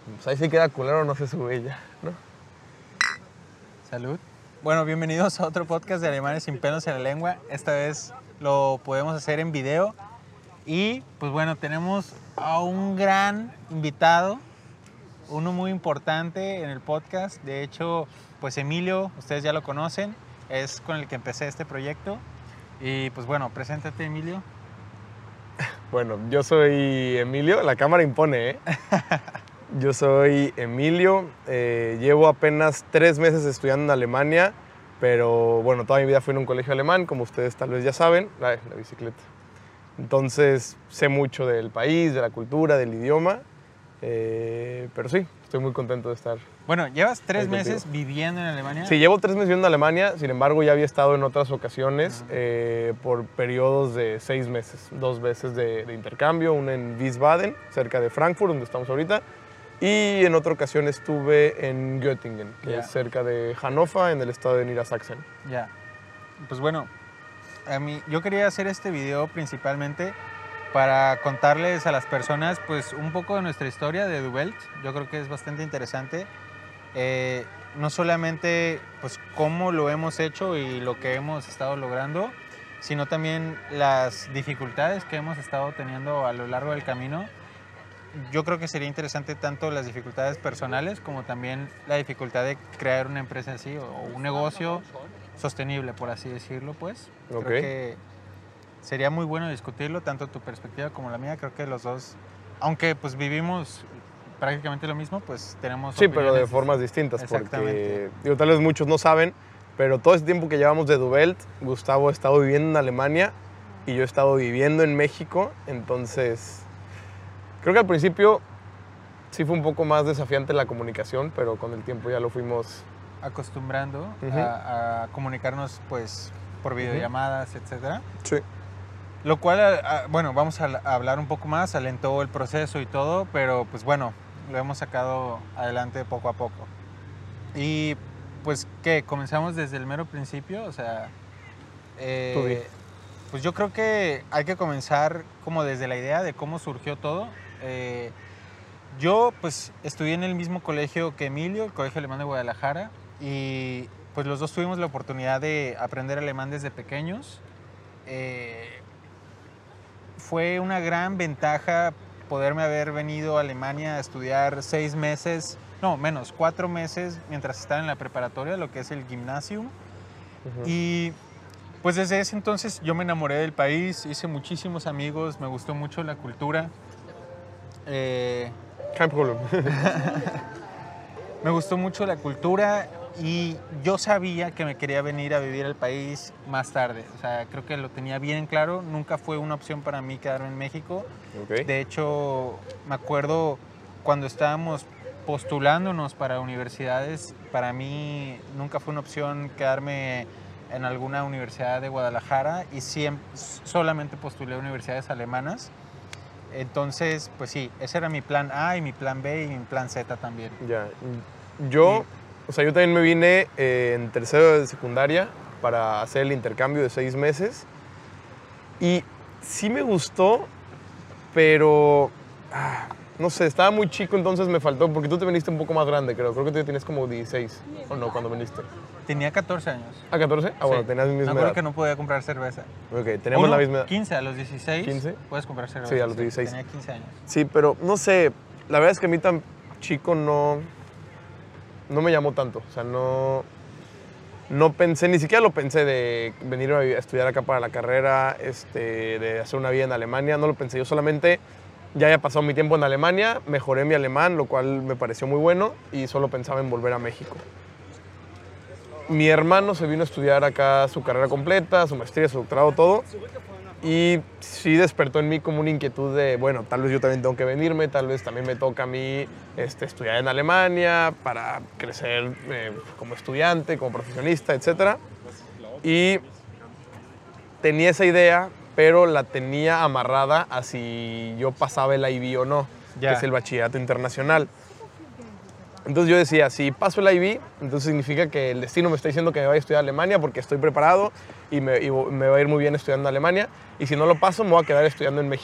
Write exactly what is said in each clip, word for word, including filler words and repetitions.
Pues ahí sí queda culero, no se sube ya, ¿no? Salud. Bueno, bienvenidos a otro podcast de Alemanes sin pelos en la lengua. Esta vez lo podemos hacer en video. Y pues bueno, tenemos a un gran invitado, uno muy importante en el podcast. De hecho, pues Emilio, ustedes ya lo conocen, es con el que empecé este proyecto. Y pues bueno, preséntate, Emilio. Bueno, yo soy Emilio, la cámara impone, ¿eh? Yo soy Emilio, eh, llevo apenas tres meses estudiando en Alemania, pero bueno, toda mi vida fui en un colegio alemán, como ustedes tal vez ya saben, la, la bicicleta. Entonces sé mucho del país, de la cultura, del idioma, eh, pero sí, estoy muy contento de estar. Bueno, llevas tres meses viviendo en Alemania. Sí, llevo tres meses viviendo en Alemania, sin embargo ya había estado en otras ocasiones uh-huh. eh, por periodos de seis meses, dos veces de, de intercambio, una en Wiesbaden, cerca de Frankfurt, donde estamos ahorita, y en otra ocasión estuve en Göttingen, que yeah. es cerca de Hannover, en el estado de Niedersachsen. Ya, yeah. Pues bueno, a mí, yo quería hacer este video principalmente para contarles a las personas pues un poco de nuestra historia de Die Welt. Yo creo que es bastante interesante. Eh, no solamente pues cómo lo hemos hecho y lo que hemos estado logrando, sino también las dificultades que hemos estado teniendo a lo largo del camino. Yo creo que sería interesante tanto las dificultades personales como también la dificultad de crear una empresa así o un negocio sostenible, por así decirlo, pues. Okay. Creo que sería muy bueno discutirlo, tanto tu perspectiva como la mía. Creo que los dos, aunque pues vivimos prácticamente lo mismo, pues tenemos Sí, pero de formas distintas. Exactamente. Porque, digo, tal vez muchos no saben, pero todo ese tiempo que llevamos de Die Welt, Gustavo ha estado viviendo en Alemania y yo he estado viviendo en México, entonces creo que al principio sí fue un poco más desafiante la comunicación, pero con el tiempo ya lo fuimos acostumbrando uh-huh. a, a comunicarnos pues por videollamadas, uh-huh. etcétera. Sí. Lo cual, a, a, bueno, vamos a, a hablar un poco más, alentó el proceso y todo, pero pues bueno, lo hemos sacado adelante poco a poco. Y pues, ¿qué? ¿Comenzamos desde el mero principio? O sea, eh, pues yo creo que hay que comenzar como desde la idea de cómo surgió todo. Eh, yo pues estudié en el mismo colegio que Emilio, el Colegio Alemán de Guadalajara, y pues los dos tuvimos la oportunidad de aprender alemán desde pequeños. Eh, fue una gran ventaja poderme haber venido a Alemania a estudiar seis meses, no, menos, cuatro meses mientras estaba en la preparatoria, lo que es el Gymnasium. Uh-huh. Y pues desde ese entonces yo me enamoré del país, hice muchísimos amigos, me gustó mucho la cultura. Eh, Kein Problem. Me gustó mucho la cultura y yo sabía que me quería venir a vivir al país más tarde. O sea, creo que lo tenía bien claro. Nunca fue una opción para mí quedarme en México. Okay. De hecho, me acuerdo cuando estábamos postulándonos para universidades, para mí nunca fue una opción quedarme en alguna universidad de Guadalajara y siempre, solamente postulé a universidades alemanas. Entonces, pues sí, ese era mi plan A y mi plan B y mi plan Z también. Ya, yo, y, o sea, yo también me vine eh, en tercero de secundaria para hacer el intercambio de seis meses y sí me gustó, pero ah, no sé, estaba muy chico, entonces me faltó, porque tú te viniste un poco más grande, creo, creo que tú tienes como dieciséis, ¿o no, cuando viniste? Tenía catorce años. ¿Ah, catorce? Ah, bueno, sí. tenías mi misma Me acuerdo edad. que no podía comprar cerveza. Ok, teníamos Uno, la misma edad. quince, a los dieciséis ¿quince? Puedes comprar cerveza. Sí, a los dieciséis. Tenía quince años. Sí, pero no sé, la verdad es que a mí tan chico no, no me llamó tanto. O sea, no, no pensé, ni siquiera lo pensé de venir a estudiar acá para la carrera, este, de hacer una vida en Alemania, no lo pensé. Yo solamente ya había pasado mi tiempo en Alemania, mejoré mi alemán, lo cual me pareció muy bueno, y solo pensaba en volver a México. Mi hermano se vino a estudiar acá su carrera completa, su maestría, su doctorado, todo. Y sí despertó en mí como una inquietud de, bueno, tal vez yo también tengo que venirme, tal vez también me toca a mí este, estudiar en Alemania para crecer eh, como estudiante, como profesionista, etcétera. Y tenía esa idea, pero la tenía amarrada a si yo pasaba el I B o no, ya. que es el bachillerato internacional. Entonces yo decía, si paso el I B, entonces significa que el destino me está diciendo que me vaya a estudiar a Alemania porque estoy preparado y me, y me va a ir muy bien estudiando en Alemania. Y si no lo paso, me voy a quedar estudiando en México.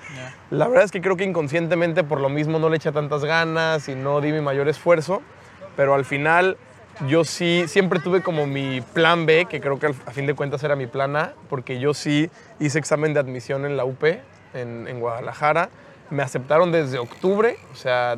Yeah. La verdad es que creo que inconscientemente por lo mismo no le eché tantas ganas y no di mi mayor esfuerzo, pero al final yo sí, siempre tuve como mi plan B, que creo que al- a fin de cuentas era mi plan A, porque yo sí hice examen de admisión en la U P, en, en Guadalajara. Me aceptaron desde octubre, o sea,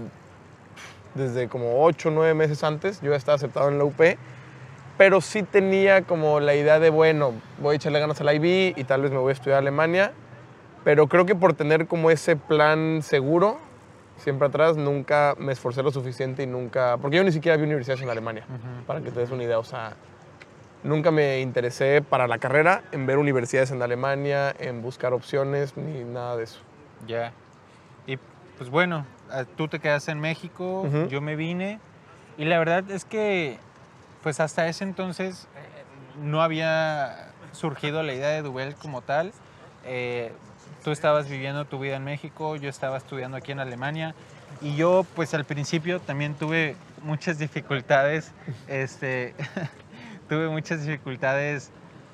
desde como ocho o nueve meses antes, yo ya estaba aceptado en la U P, pero sí tenía como la idea de, bueno, voy a echarle ganas al I B y tal vez me voy a estudiar a Alemania, pero creo que por tener como ese plan seguro, siempre atrás, nunca me esforcé lo suficiente y nunca, porque yo ni siquiera vi universidades en Alemania, Ujú. para que te des una idea, o sea, nunca me interesé para la carrera en ver universidades en Alemania, en buscar opciones, ni nada de eso. Ya. Y pues bueno, ah, tú te quedaste en México, Ujú. yo me vine y la verdad es que pues hasta ese entonces eh, no había surgido la idea de Dubel como tal. Eh, Tú estabas viviendo tu vida en México, yo estaba estudiando aquí en Alemania y yo pues al principio también tuve muchas dificultades, este, tuve muchas dificultades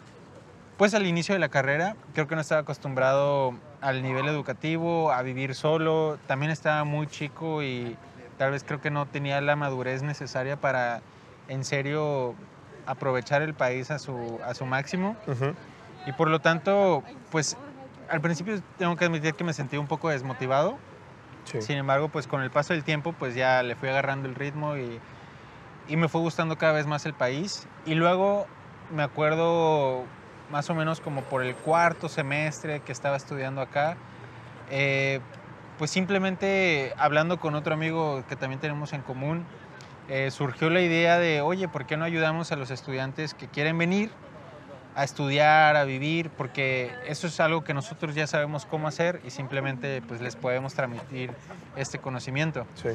pues al inicio de la carrera. Creo que no estaba acostumbrado al nivel educativo, a vivir solo, también estaba muy chico y tal vez creo que no tenía la madurez necesaria para en serio aprovechar el país a su, a su máximo. Ujú. Y por lo tanto, pues al principio tengo que admitir que me sentí un poco desmotivado. Sí. Sin embargo, pues con el paso del tiempo, pues ya le fui agarrando el ritmo y, y me fue gustando cada vez más el país. Y luego me acuerdo más o menos como por el cuarto semestre que estaba estudiando acá, eh, pues simplemente hablando con otro amigo que también tenemos en común, eh, surgió la idea de, oye, ¿por qué no ayudamos a los estudiantes que quieren venir a estudiar, a vivir? Porque eso es algo que nosotros ya sabemos cómo hacer y simplemente pues les podemos transmitir este conocimiento. Sí.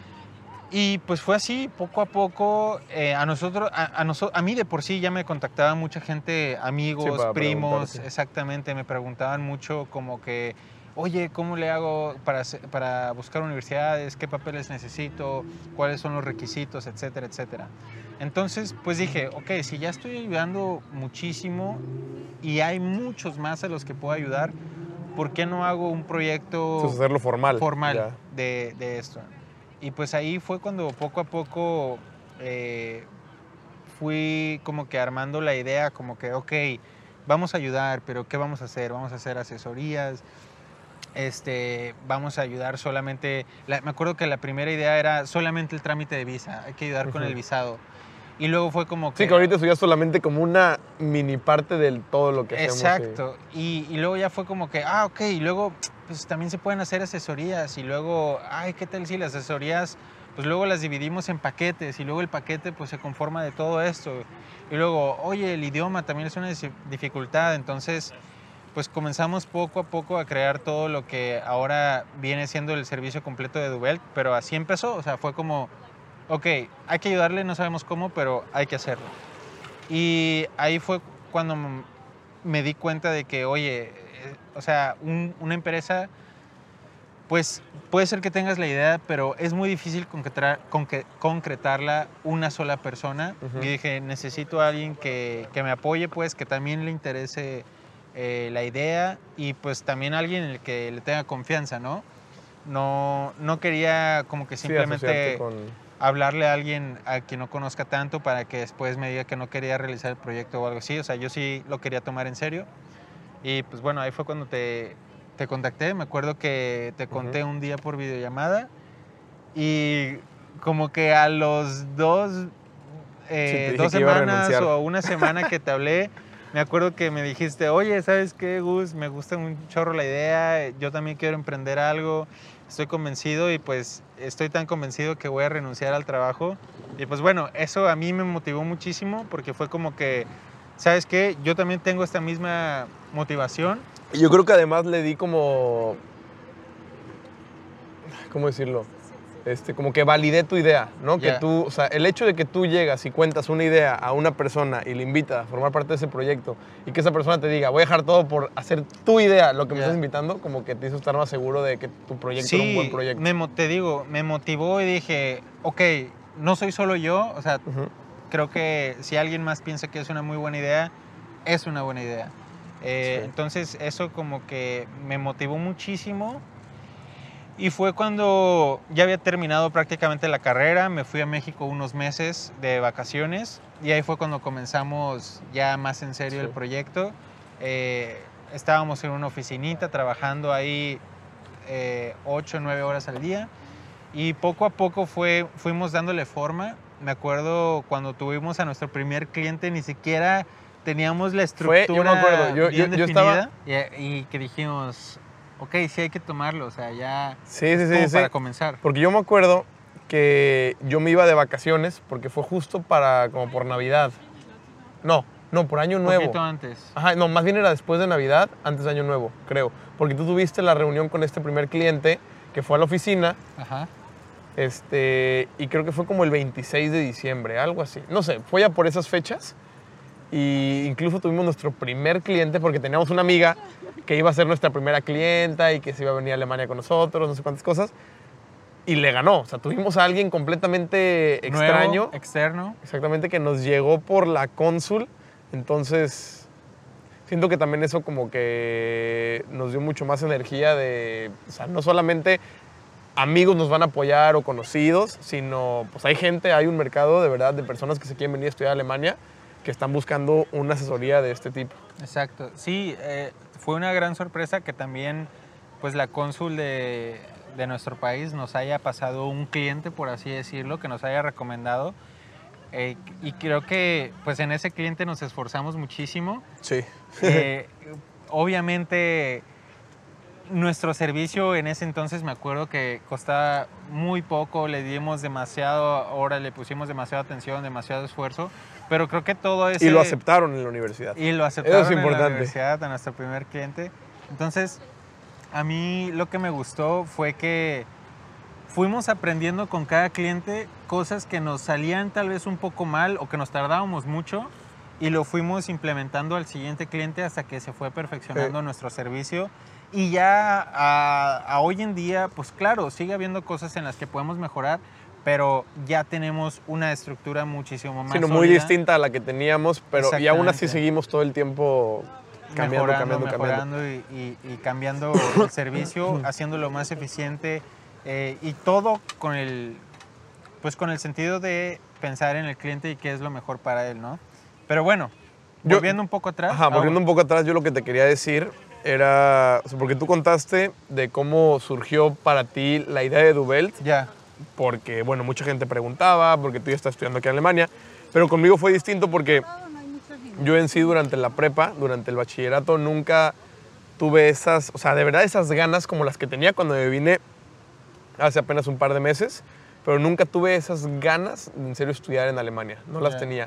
Y pues fue así, poco a poco, eh, a nosotros, a, a, noso- a mí de por sí ya me contactaba mucha gente, amigos, para primos, preguntarte. exactamente, me preguntaban mucho como que, oye, ¿cómo le hago para, hacer- para buscar universidades? ¿Qué papeles necesito? ¿Cuáles son los requisitos? Etcétera, etcétera. Entonces, pues dije, ok, si ya estoy ayudando muchísimo y hay muchos más a los que puedo ayudar, ¿por qué no hago un proyecto Entonces hacerlo formal. formal Ya. de, de esto? Y pues ahí fue cuando poco a poco eh, fui como que armando la idea, como que, ok, vamos a ayudar, pero ¿qué vamos a hacer? Vamos a hacer asesorías, este, vamos a ayudar solamente, la- me acuerdo que la primera idea era solamente el trámite de visa, hay que ayudar con Ujú. el visado. Y luego fue como que... Sí, que ahorita eso ya es solamente como una mini parte de todo lo que hacemos. Exacto. Y, y luego ya fue como que, ah, ok, y luego pues también se pueden hacer asesorías y luego, ay, ¿qué tal si las asesorías, pues luego las dividimos en paquetes y luego el paquete pues se conforma de todo esto? Y luego, oye, el idioma también es una dis- dificultad, entonces pues comenzamos poco a poco a crear todo lo que ahora viene siendo el servicio completo de Dubel, pero así empezó, o sea, fue como, ok, hay que ayudarle, no sabemos cómo, pero hay que hacerlo. Y ahí fue cuando m- me di cuenta de que, oye, eh, o sea, un- una empresa, pues puede ser que tengas la idea, pero es muy difícil concretar, conque- concretarla una sola persona. Ujú. Y dije, necesito a alguien que, que me apoye, pues, que también le interese eh, la idea y pues también alguien en el que le tenga confianza, ¿no? No, no quería como que Sí, asociarte simplemente con... hablarle a alguien a quien no conozca tanto para que después me diga que no quería realizar el proyecto o algo así. O sea, yo sí lo quería tomar en serio. Y pues bueno, ahí fue cuando te, te contacté. Me acuerdo que te conté Ujú. un día por videollamada y como que a los dos, eh, Sí, te dije dos que iba a semanas renunciar. o una semana que te hablé, me acuerdo que me dijiste, oye, ¿sabes qué, Gus? Me gusta un chorro la idea, yo también quiero emprender algo, estoy convencido y pues estoy tan convencido que voy a renunciar al trabajo. Y pues bueno, eso a mí me motivó muchísimo porque fue como que, ¿sabes qué? Yo también tengo esta misma motivación. Y yo creo que además le di como... ¿Cómo decirlo? Este, como que validé tu idea, ¿no? Ya. Que tú, o sea, el hecho de que tú llegas y cuentas una idea a una persona y le invitas a formar parte de ese proyecto y que esa persona te diga, voy a dejar todo por hacer tu idea, lo que me Ya. estás invitando, como que te hizo estar más seguro de que tu proyecto era un buen Sí, proyecto. me, mo- te digo, me motivó y dije, ok, no soy solo yo, o sea, Ujú. creo que si alguien más piensa que es una muy buena idea, es una buena idea. Eh, Sí. Entonces eso como que me motivó muchísimo. Y fue cuando ya había terminado prácticamente la carrera, me fui a México unos meses de vacaciones y ahí fue cuando comenzamos ya más en serio Sí. el proyecto. Eh, estábamos en una oficinita trabajando ahí eh, ocho o nueve horas al día y poco a poco fue, fuimos dándole forma. Me acuerdo cuando tuvimos a nuestro primer cliente, ni siquiera teníamos la estructura Fue, yo me acuerdo, yo, bien yo, yo estaba... definida y, y que dijimos, ok, sí hay que tomarlo, o sea, ya Sí, es sí, como sí, para sí. comenzar. Porque yo me acuerdo que yo me iba de vacaciones porque fue justo para, como por Navidad. No, no, por Año Un Nuevo. poquito antes. Ajá, no, más bien era después de Navidad, antes de Año Nuevo, creo. Porque tú tuviste la reunión con este primer cliente que fue a la oficina, Ajá. este, y creo que fue como el veintiséis de diciembre, algo así. No sé, fue ya por esas fechas. Y incluso tuvimos nuestro primer cliente porque teníamos una amiga que iba a ser nuestra primera clienta y que se iba a venir a Alemania con nosotros, no sé cuántas cosas. Y le ganó. O sea, tuvimos a alguien completamente extraño. Nuevo, externo. Exactamente, que nos llegó por la cónsul. Entonces, siento que también eso como que nos dio mucho más energía de, o sea, no solamente amigos nos van a apoyar o conocidos, sino pues hay gente, hay un mercado de verdad de personas que se quieren venir a estudiar a Alemania que están buscando una asesoría de este tipo. Exacto. Sí, eh, fue una gran sorpresa que también pues la cónsul de, de nuestro país nos haya pasado un cliente, por así decirlo, que nos haya recomendado. Eh, y creo que pues en ese cliente nos esforzamos muchísimo. Sí. Eh, obviamente nuestro servicio en ese entonces me acuerdo que costaba muy poco, le dimos demasiado, ahora le pusimos demasiada atención, demasiado esfuerzo, pero creo que todo ese... Y lo aceptaron en la universidad. Y lo aceptaron Eso es en la importante. universidad, a nuestro primer cliente. Entonces, a mí lo que me gustó fue que fuimos aprendiendo con cada cliente cosas que nos salían tal vez un poco mal o que nos tardábamos mucho y lo fuimos implementando al siguiente cliente hasta que se fue perfeccionando Sí. nuestro servicio. Y ya a, a hoy en día, pues claro, sigue habiendo cosas en las que podemos mejorar, pero ya tenemos una estructura muchísimo más Sino muy sólida. distinta a la que teníamos, pero y aún así Exactamente. seguimos todo el tiempo cambiando, mejorando, cambiando, cambiando. mejorando y, y- y cambiando el servicio, haciéndolo más eficiente eh, y todo con el, pues con el sentido de pensar en el cliente y qué es lo mejor para él, ¿no? Pero bueno, Yo- volviendo un poco atrás. Ajá, volviendo ah, un poco atrás, yo lo que te quería decir era, o sea, porque tú contaste de cómo surgió para ti la idea de Dubelt, Ya, porque, bueno, mucha gente preguntaba, porque tú ya estás estudiando aquí en Alemania, pero conmigo fue distinto porque yo en sí durante la prepa, durante el bachillerato, nunca tuve esas, o sea, de verdad esas ganas como las que tenía cuando me vine hace apenas un par de meses, pero nunca tuve esas ganas de en serio estudiar en Alemania, no las Ya. tenía.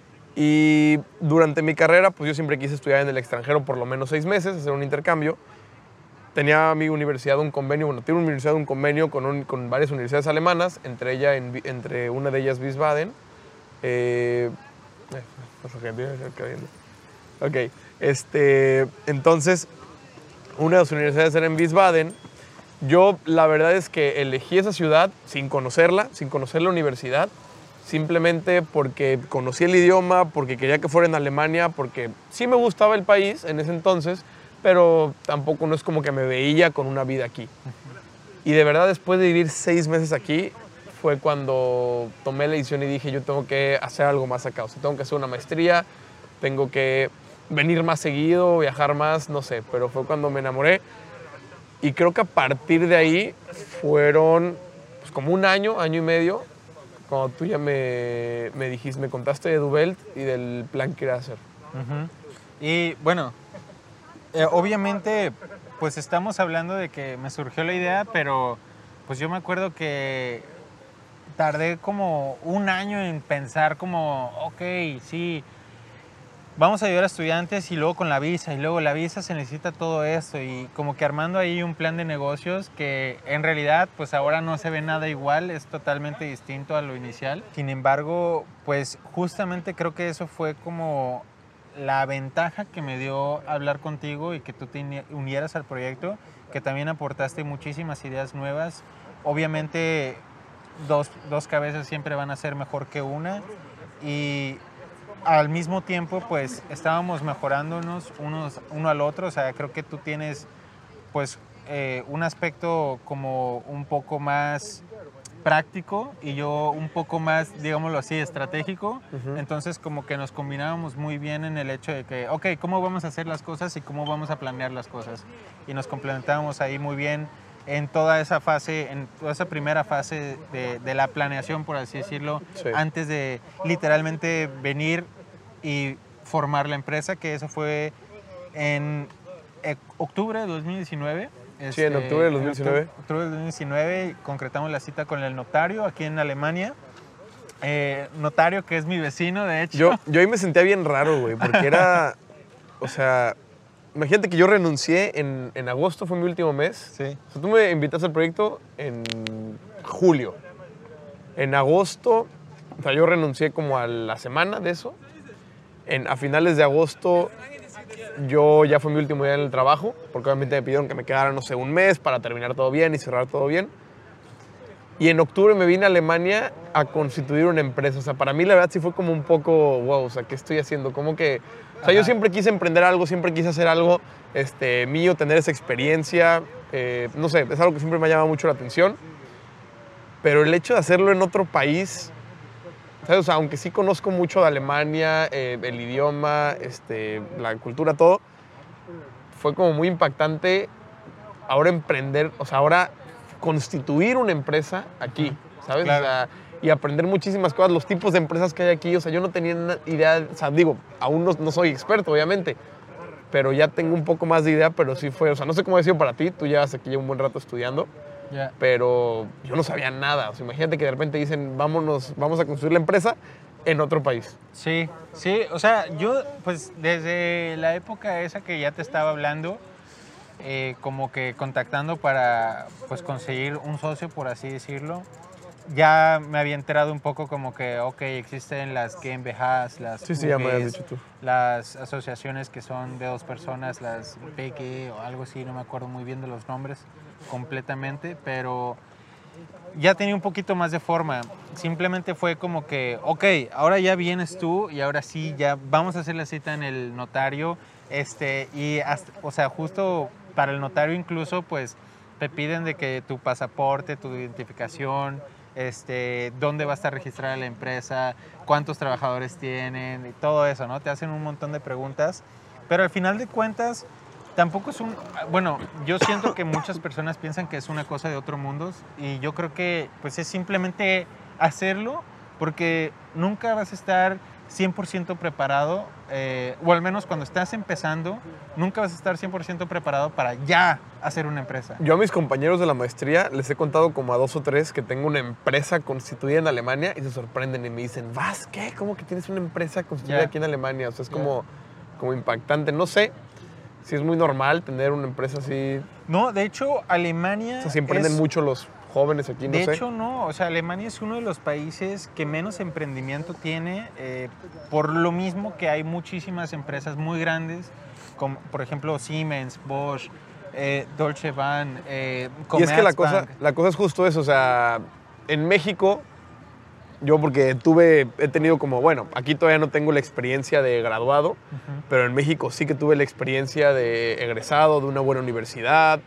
Y durante mi carrera, pues yo siempre quise estudiar en el extranjero por lo menos seis meses, hacer un intercambio. Tenía mi universidad un convenio, bueno, tiene una universidad un convenio con, un- con varias universidades alemanas, entre, ella, en Vi- entre una de ellas Wiesbaden. Eh, eh, pues, ok, viene acá viendo. Ok, este, entonces, una de las universidades era en Wiesbaden. Yo la verdad es que elegí esa ciudad sin conocerla, sin conocer la universidad, simplemente porque conocí el idioma, porque quería que fuera en Alemania, porque sí me gustaba el país en ese entonces, pero tampoco no es como que me veía con una vida aquí. Y de verdad después de vivir seis meses aquí fue cuando tomé la decisión y dije yo tengo que hacer algo más acá, o sea, tengo que hacer una maestría, tengo que venir más seguido, viajar más, no sé, pero fue cuando me enamoré. Y creo que a partir de ahí fueron pues, como un año, año y medio, cuando tú ya me, me dijiste, me contaste de Dubelt y del plan que querías hacer. ujú. Y bueno, eh, obviamente, pues estamos hablando de que me surgió la idea, pero pues yo me acuerdo que tardé como un año en pensar como, ok, sí, vamos a ayudar a estudiantes y luego con la visa, y luego la visa se necesita todo esto, y como que armando ahí un plan de negocios que en realidad pues ahora no se ve nada igual, es totalmente distinto a lo inicial. Sin embargo, pues justamente creo que eso fue como la ventaja que me dio hablar contigo y que tú te uni- unieras al proyecto, que también aportaste muchísimas ideas nuevas. Obviamente dos, dos cabezas siempre van a ser mejor que una y al mismo tiempo, pues, estábamos mejorándonos unos, uno al otro. O sea, creo que tú tienes, pues, eh, un aspecto como un poco más práctico y yo un poco más, digámoslo así, estratégico. Uh-huh. Entonces, como que nos combinábamos muy bien en el hecho de que, ok, ¿cómo vamos a hacer las cosas y cómo vamos a planear las cosas? Y nos complementábamos ahí muy bien en toda esa fase, en toda esa primera fase de, de la planeación, por así decirlo, sí. Antes de literalmente venir y formar la empresa, que eso fue en octubre de dos mil diecinueve. Este, sí, en octubre del dos mil diecinueve. En octubre del dos mil diecinueve concretamos la cita con el notario aquí en Alemania. Eh, notario que es mi vecino, de hecho. Yo, yo ahí me sentía bien raro, güey, porque era, o sea, imagínate que yo renuncié en, en agosto, fue mi último mes. Sí. O sea, tú me invitaste al proyecto en julio. En agosto, o sea, yo renuncié como a la semana de eso. En, a finales de agosto, yo ya fue mi último día en el trabajo, porque obviamente me pidieron que me quedara, no sé, un mes para terminar todo bien y cerrar todo bien. Y en octubre me vine a Alemania a constituir una empresa. O sea, para mí la verdad sí fue como un poco, wow, o sea, ¿qué estoy haciendo? Como que, o sea, Ajá. yo siempre quise emprender algo, siempre quise hacer algo este, mío, tener esa experiencia. Eh, no sé, es algo que siempre me ha llamado mucho la atención. Pero el hecho de hacerlo en otro país, ¿sabes? O sea, aunque sí conozco mucho de Alemania, eh, el idioma, este, la cultura, todo, fue como muy impactante ahora emprender, o sea, ahora constituir una empresa aquí, ¿sabes? Claro. O sea, y aprender muchísimas cosas, los tipos de empresas que hay aquí. O sea, yo no tenía idea, o sea, digo, aún no, no soy experto, obviamente, pero ya tengo un poco más de idea, pero sí fue, o sea, no sé cómo ha sido para ti, tú llevas aquí ya un buen rato estudiando, yeah. pero yo no sabía nada. O sea, imagínate que de repente dicen, vámonos, vamos a construir la empresa en otro país. Sí, sí, o sea, yo, pues, desde la época esa que ya te estaba hablando, Eh, como que contactando para pues conseguir un socio, por así decirlo, ya me había enterado un poco como que, ok, existen las GmbHs, las sí, sí, ya me habías dicho tú. Las asociaciones que son de dos personas, las B G o algo así, no me acuerdo muy bien de los nombres completamente, pero ya tenía un poquito más de forma. Simplemente fue como que, ok, ahora ya vienes tú y ahora sí, ya vamos a hacer la cita en el notario, este, y hasta, o sea, justo para el notario incluso, pues, te piden de que tu pasaporte, tu identificación, este, dónde va a estar registrada la empresa, cuántos trabajadores tienen, y todo eso, ¿no? Te hacen un montón de preguntas, pero al final de cuentas, tampoco es un... Bueno, yo siento que muchas personas piensan que es una cosa de otro mundo y yo creo que, pues, es simplemente hacerlo, porque nunca vas a estar cien por ciento preparado, eh, o al menos cuando estás empezando, nunca vas a estar cien por ciento preparado para ya hacer una empresa. Yo a mis compañeros de la maestría les he contado como a dos o tres que tengo una empresa constituida en Alemania y se sorprenden y me dicen, ¿vas? ¿Qué? ¿Cómo que tienes una empresa constituida yeah. aquí en Alemania? O sea, es yeah. como, como impactante. No sé si es muy normal tener una empresa así. No, de hecho, Alemania... O sea, si emprenden es... mucho los jóvenes aquí, no de sé. De hecho, no. O sea, Alemania es uno de los países que menos emprendimiento tiene, eh, por lo mismo que hay muchísimas empresas muy grandes, como por ejemplo Siemens, Bosch, eh, Deutsche Bahn, eh, Commerzbank. Y es que la cosa, la cosa es justo eso. O sea, en México, yo porque tuve, he tenido como, bueno, aquí todavía no tengo la experiencia de graduado, uh-huh. pero en México sí que tuve la experiencia de egresado de una buena universidad.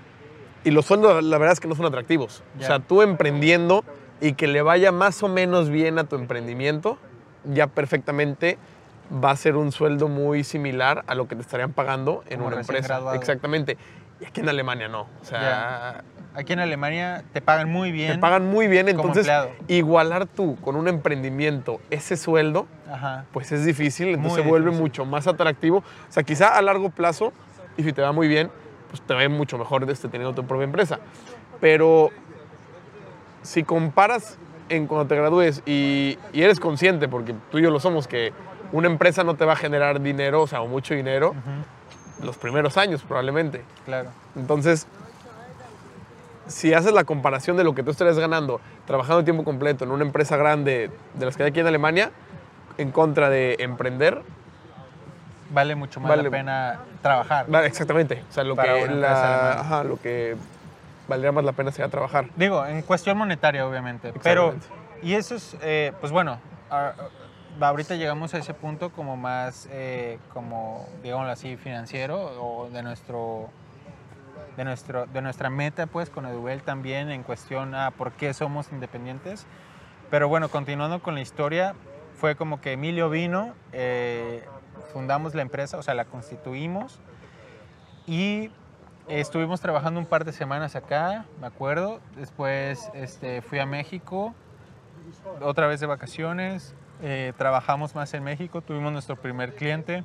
Y los sueldos, la verdad es que no son atractivos. Yeah. O sea, tú emprendiendo y que le vaya más o menos bien a tu emprendimiento, ya perfectamente va a ser un sueldo muy similar a lo que te estarían pagando en Como una empresa. Graduado. Exactamente. Y aquí en Alemania no. O sea, yeah. Aquí en Alemania te pagan muy bien. Te pagan muy bien. Entonces, empleado. Igualar tú con un emprendimiento ese sueldo, Ajá. pues es difícil. Entonces muy se vuelve difícil. mucho más atractivo. O sea, quizá a largo plazo, y si te va muy bien, pues te va mucho mejor este, teniendo tu propia empresa. Pero si comparas en cuando te gradúes y, y eres consciente, porque tú y yo lo somos, que una empresa no te va a generar dinero, o sea, o mucho dinero, uh-huh. los primeros años probablemente. Claro. Entonces, si haces la comparación de lo que tú estarías ganando trabajando tiempo completo en una empresa grande de las que hay aquí en Alemania, en contra de emprender, vale mucho más vale, la pena trabajar. Vale, exactamente. O sea, lo que, la, ajá, lo que valdría más la pena sería trabajar. Digo, en cuestión monetaria, obviamente. Pero, y eso es, eh, pues bueno, uh, ahorita llegamos a ese punto como más, eh, como, digámoslo así, financiero o de nuestro... De, nuestro, de nuestra meta pues con Edubel también en cuestión a por qué somos independientes. Pero bueno, continuando con la historia, fue como que Emilio vino, eh, fundamos la empresa, o sea, la constituimos y estuvimos trabajando un par de semanas acá, me acuerdo. Después este, fui a México, otra vez de vacaciones, eh, trabajamos más en México, tuvimos nuestro primer cliente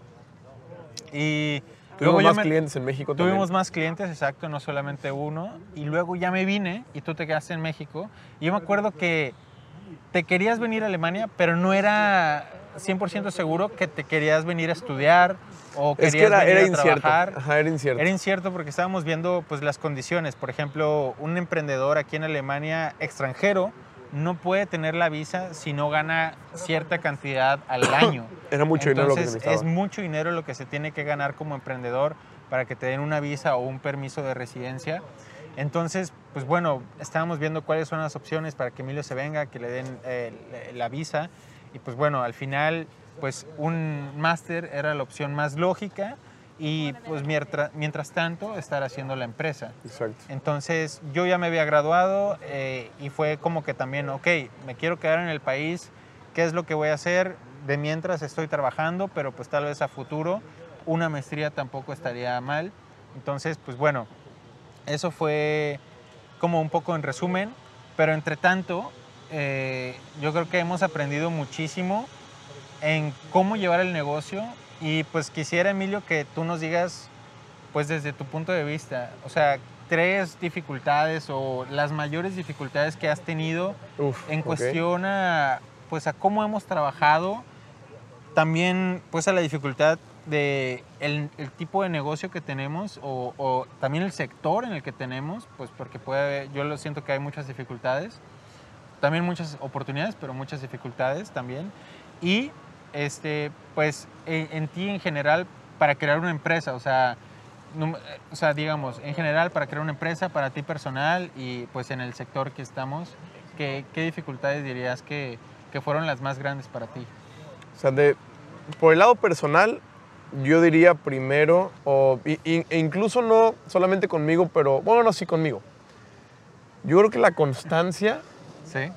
y... Tuvimos luego más me, clientes en México Tuvimos también. más clientes, exacto, no solamente uno. Y luego ya me vine y tú te quedaste en México. Y yo me acuerdo que te querías venir a Alemania, pero no era cien por ciento seguro que te querías venir a estudiar o querías es que era, venir era a incierto. trabajar. Ajá, era incierto. Era incierto porque estábamos viendo pues, las condiciones. Por ejemplo, un emprendedor aquí en Alemania extranjero no puede tener la visa si no gana cierta cantidad al año. Era mucho dinero lo que se Entonces, necesitaba. es mucho dinero lo que se tiene que ganar como emprendedor para que te den una visa o un permiso de residencia. Entonces, pues bueno, estábamos viendo cuáles son las opciones para que Emilio se venga, que le den eh, la visa. Y pues bueno, al final, pues un máster era la opción más lógica y pues mientras, mientras tanto estar haciendo la empresa. Exacto. Entonces yo ya me había graduado eh, y fue como que también, ok, me quiero quedar en el país, ¿qué es lo que voy a hacer? De mientras estoy trabajando, pero pues tal vez a futuro una maestría tampoco estaría mal. Entonces, pues bueno, eso fue como un poco en resumen, pero entre tanto, eh, yo creo que hemos aprendido muchísimo en cómo llevar el negocio. Y pues quisiera, Emilio, que tú nos digas, pues desde tu punto de vista, o sea, tres dificultades o las mayores dificultades que has tenido Uf, en ok. cuestión a, pues a cómo hemos trabajado, también pues a la dificultad de el, el tipo de negocio que tenemos o, o también el sector en el que tenemos, pues porque puede haber, yo lo siento que hay muchas dificultades, también muchas oportunidades, pero muchas dificultades también. Y este, pues en, en ti en general para crear una empresa, o sea, no, o sea, digamos, en general para crear una empresa, para ti personal y pues en el sector que estamos, ¿qué, qué dificultades dirías que, que fueron las más grandes para ti? O sea, de, por el lado personal, yo diría primero, o, y, y, e incluso no solamente conmigo, pero bueno, no, sí conmigo. Yo creo que la constancia. Sí.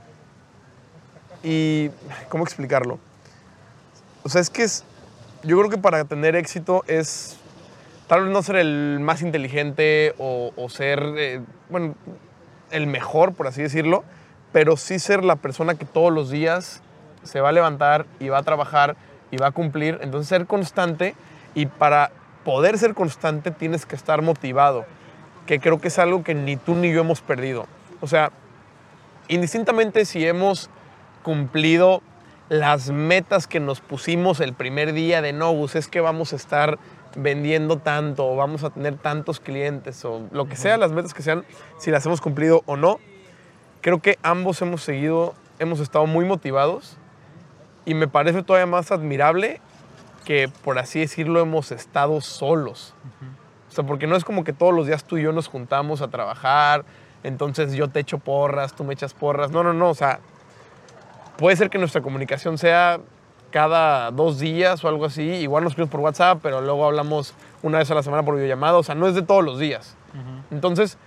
Y, ¿cómo explicarlo? O sea, es que es, yo creo que para tener éxito es tal vez no ser el más inteligente o, o ser, eh, bueno, el mejor, por así decirlo, pero sí ser la persona que todos los días se va a levantar y va a trabajar y va a cumplir. Entonces, ser constante, y para poder ser constante tienes que estar motivado, que creo que es algo que ni tú ni yo hemos perdido. O sea, indistintamente si hemos cumplido las metas que nos pusimos el primer día de no, pues es que vamos a estar vendiendo tanto o vamos a tener tantos clientes o lo que sea, las metas que sean, si las hemos cumplido o no, creo que ambos hemos seguido, hemos estado muy motivados y me parece todavía más admirable que, por así decirlo, hemos estado solos. Uh-huh. O sea, porque no es como que todos los días tú y yo nos juntamos a trabajar, entonces yo te echo porras, tú me echas porras. No, no, no, o sea, puede ser que nuestra comunicación sea cada dos días o algo así. Igual nos escribimos por WhatsApp, pero luego hablamos una vez a la semana por videollamada. O sea, no es de todos los días. Uh-huh. Entonces,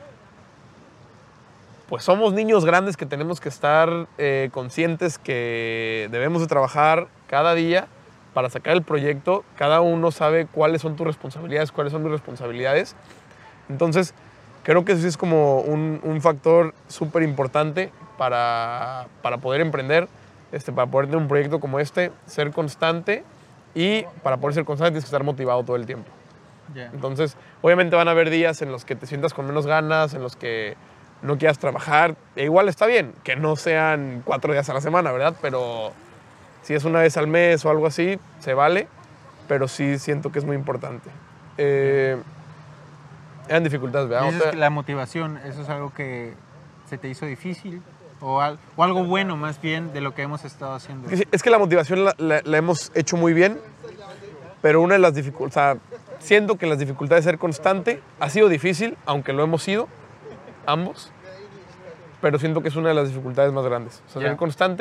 pues somos niños grandes que tenemos que estar eh, conscientes que debemos de trabajar cada día para sacar el proyecto. Cada uno sabe cuáles son tus responsabilidades, cuáles son mis responsabilidades. Entonces, creo que eso sí es como un, un factor súper importante para, para poder emprender. Este, para poder tener un proyecto como este, ser constante, y para poder ser constante tienes que estar motivado todo el tiempo. Yeah. Entonces, obviamente van a haber días en los que te sientas con menos ganas, en los que no quieras trabajar. E igual está bien, que no sean cuatro días a la semana, ¿verdad? Pero si es una vez al mes o algo así, se vale, pero sí siento que es muy importante. Eh, eran dificultades, ¿verdad? Dices que la motivación, ¿eso es algo que se te hizo difícil? O, al, o algo bueno más bien de lo que hemos estado haciendo. Es que la motivación la, la, la hemos hecho muy bien, pero una de las dificultades, o sea, siento que las dificultades de ser constante ha sido difícil, aunque lo hemos sido, ambos, pero siento que es una de las dificultades más grandes. O sea, yeah. ser constante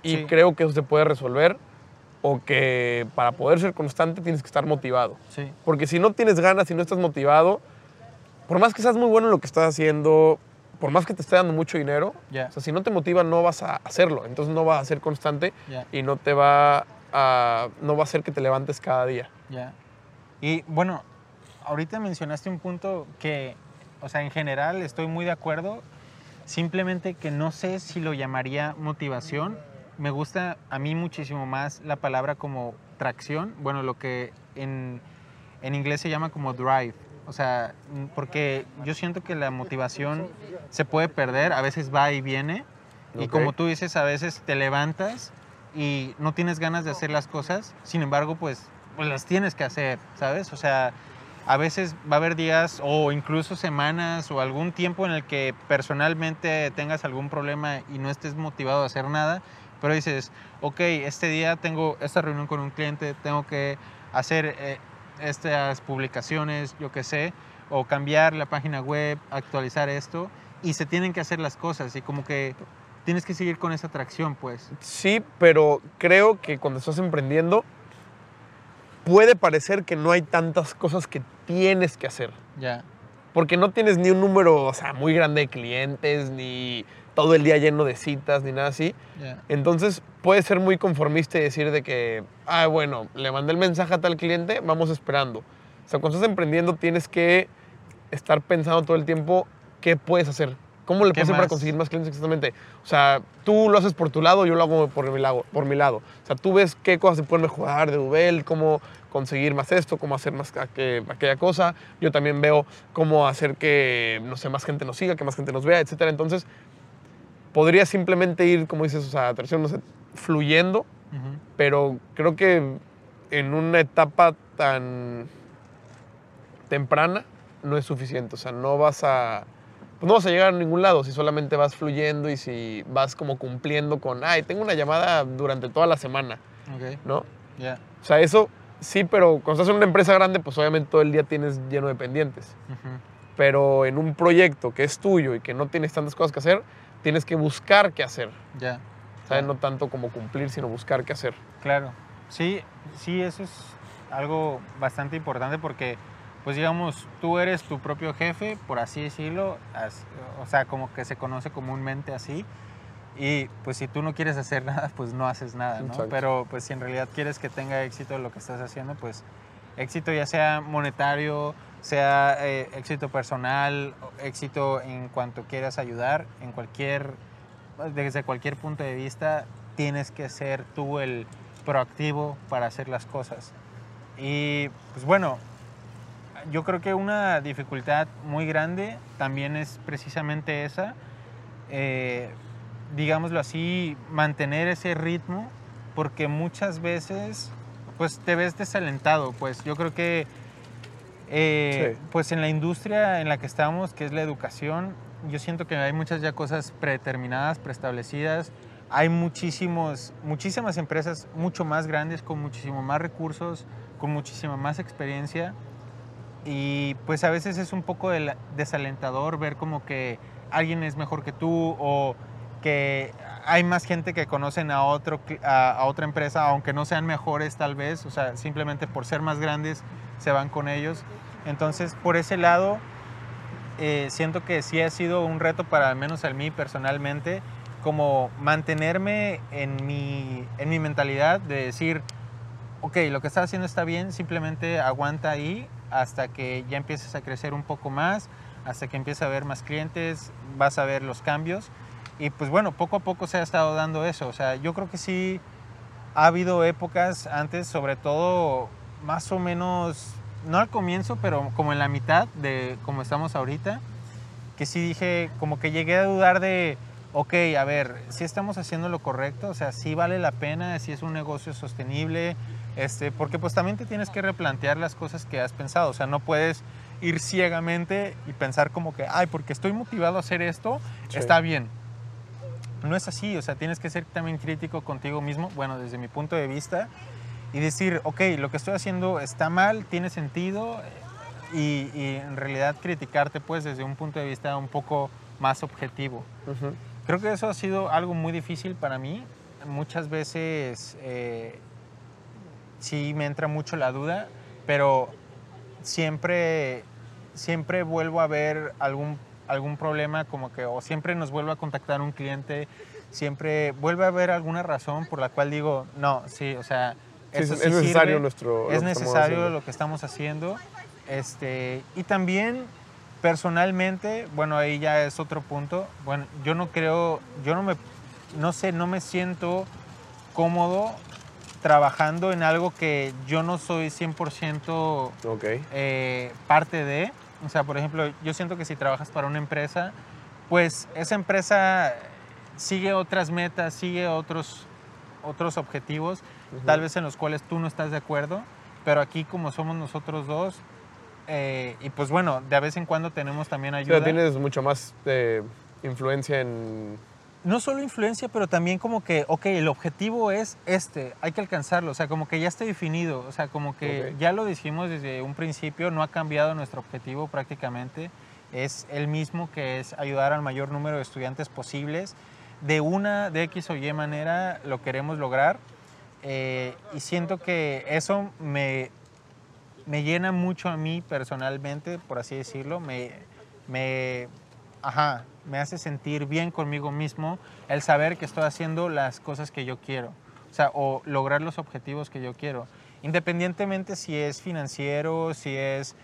Y Sí. creo que eso se puede resolver, o que para poder ser constante tienes que estar motivado. Sí. Porque si no tienes ganas, si no estás motivado, por más que seas muy bueno en lo que estás haciendo, por más que te esté dando mucho dinero, Ya. o sea, si no te motiva no vas a hacerlo, entonces no vas a ser constante Ya. y no te va a, no va a hacer que te levantes cada día. Ya. Y bueno, ahorita mencionaste un punto que, o sea, en general estoy muy de acuerdo, simplemente que no sé si lo llamaría motivación. Me gusta a mí muchísimo más la palabra como tracción, bueno, lo que en, en inglés se llama como drive. O sea, mm, porque yo siento que la motivación se puede perder, a veces va y viene. Y Ok. como tú dices, a veces te levantas y no tienes ganas de hacer las cosas, sin embargo, pues, pues las tienes que hacer, ¿sabes? O sea, a veces va a haber días o incluso semanas o algún tiempo en el que personalmente tengas algún problema y no estés motivado a hacer nada, pero dices, ok, este día tengo esta reunión con un cliente, tengo que hacer eh, estas publicaciones, yo qué sé, o cambiar la página web, actualizar esto, y se tienen que hacer las cosas y como que tienes que seguir con esa atracción, pues. Sí, pero creo que cuando estás emprendiendo puede parecer que no hay tantas cosas que tienes que hacer. Ya, Porque no tienes ni un número, o sea, muy grande de clientes, ni todo el día lleno de citas, ni nada así. ya, Entonces, puede ser muy conformista y decir de que, ah, bueno, le mandé el mensaje a tal cliente, vamos esperando. O sea, cuando estás emprendiendo tienes que estar pensando todo el tiempo qué puedes hacer. ¿Cómo le ¿Qué puedes hacer para más? conseguir más clientes exactamente? O sea, tú lo haces por tu lado, yo lo hago por mi lado. Por mi lado. O sea, tú ves qué cosas se pueden mejorar de Dubel, cómo conseguir más esto, cómo hacer más aqu- aquella cosa. Yo también veo cómo hacer que, no sé, más gente nos siga, que más gente nos vea, etcétera. Entonces, podría simplemente ir, como dices, o sea, atracción, no sé, fluyendo, ujú, pero creo que en una etapa tan temprana no es suficiente. O sea, no vas a, pues no vas a llegar a ningún lado si solamente vas fluyendo y si vas como cumpliendo con, ay, tengo una llamada durante toda la semana, ok, ¿no? ya, O sea, eso sí, pero cuando estás en una empresa grande, pues obviamente todo el día tienes lleno de pendientes. ujú, Pero en un proyecto que es tuyo y que no tienes tantas cosas que hacer, tienes que buscar qué hacer. ya. ¿Sabes? ya. No tanto como cumplir, sino buscar qué hacer. Claro, sí, sí, eso es algo bastante importante porque, pues digamos, tú eres tu propio jefe, por así decirlo, as- o sea, como que se conoce comúnmente así, y pues si tú no quieres hacer nada, pues no haces nada, ¿no? Exacto. Pero pues si en realidad quieres que tenga éxito lo que estás haciendo, pues éxito ya sea monetario, sea eh, éxito personal, o éxito en cuanto quieras ayudar, en cualquier desde cualquier punto de vista, tienes que ser tú el proactivo para hacer las cosas. Y pues bueno, yo creo que una dificultad muy grande también es precisamente esa, eh, digámoslo así, mantener ese ritmo, porque muchas veces pues te ves desalentado, pues yo creo que eh, Sí. pues en la industria en la que estamos, que es la educación, yo siento que hay muchas ya cosas predeterminadas, preestablecidas. Hay muchísimos, muchísimas empresas mucho más grandes, con muchísimo más recursos, con muchísima más experiencia. Y pues a veces es un poco del- desalentador ver como que alguien es mejor que tú o que hay más gente que conocen a, otro, cli- a, a otra empresa, aunque no sean mejores tal vez, o sea, simplemente por ser más grandes se van con ellos. Entonces, por ese lado, eh, siento que sí ha sido un reto para al menos a mí personalmente, como mantenerme en mi, en mi mentalidad de decir, ok, lo que estás haciendo está bien, simplemente aguanta ahí hasta que ya empieces a crecer un poco más, hasta que empieces a ver más clientes, vas a ver los cambios. Y pues bueno, poco a poco se ha estado dando eso. O sea, yo creo que sí ha habido épocas antes, sobre todo más o menos, no al comienzo, pero como en la mitad de como estamos ahorita, que sí dije, como que llegué a dudar de, ok, a ver, si estamos haciendo lo correcto, o sea, si vale la pena, si es un negocio sostenible, este, porque pues también te tienes que replantear las cosas que has pensado, o sea, no puedes ir ciegamente y pensar como que, ay, porque estoy motivado a hacer esto, Sí. está bien. No es así, o sea, tienes que ser también crítico contigo mismo, bueno, desde mi punto de vista, y decir, ok, lo que estoy haciendo está mal, tiene sentido, y, y en realidad criticarte pues desde un punto de vista un poco más objetivo. Ujú. Creo que eso ha sido algo muy difícil para mí, muchas veces eh, sí me entra mucho la duda, pero siempre, siempre vuelvo a ver algún, algún problema, como que, o siempre nos vuelve a contactar un cliente, siempre vuelve a haber alguna razón por la cual digo, no, sí, o sea, Sí, esto es sí necesario sirve, nuestro, es lo que estamos necesario haciendo. lo que estamos haciendo. Este, y también personalmente, bueno, ahí ya es otro punto. Bueno, yo no creo, yo no me, no sé, no me siento cómodo trabajando en algo que yo no soy cien por ciento Ok. eh, parte de. O sea, por ejemplo, yo siento que si trabajas para una empresa, pues esa empresa sigue otras metas, sigue otros, otros objetivos, Ujú. tal vez en los cuales tú no estás de acuerdo, pero aquí como somos nosotros dos, eh, y pues bueno, de vez en cuando tenemos también O ayuda. sea, tienes mucha más eh, influencia en... No solo influencia, pero también como que, ok, el objetivo es este, hay que alcanzarlo, o sea, como que ya está definido, o sea, como que Ok. ya lo dijimos desde un principio, no ha cambiado nuestro objetivo prácticamente, es el mismo, que es ayudar al mayor número de estudiantes posibles, de una, de X o Y manera lo queremos lograr, eh, y siento que eso me, me llena mucho a mí personalmente, por así decirlo, me, me, ajá, me hace sentir bien conmigo mismo el saber que estoy haciendo las cosas que yo quiero, o sea, o lograr los objetivos que yo quiero, independientemente si es financiero, si es,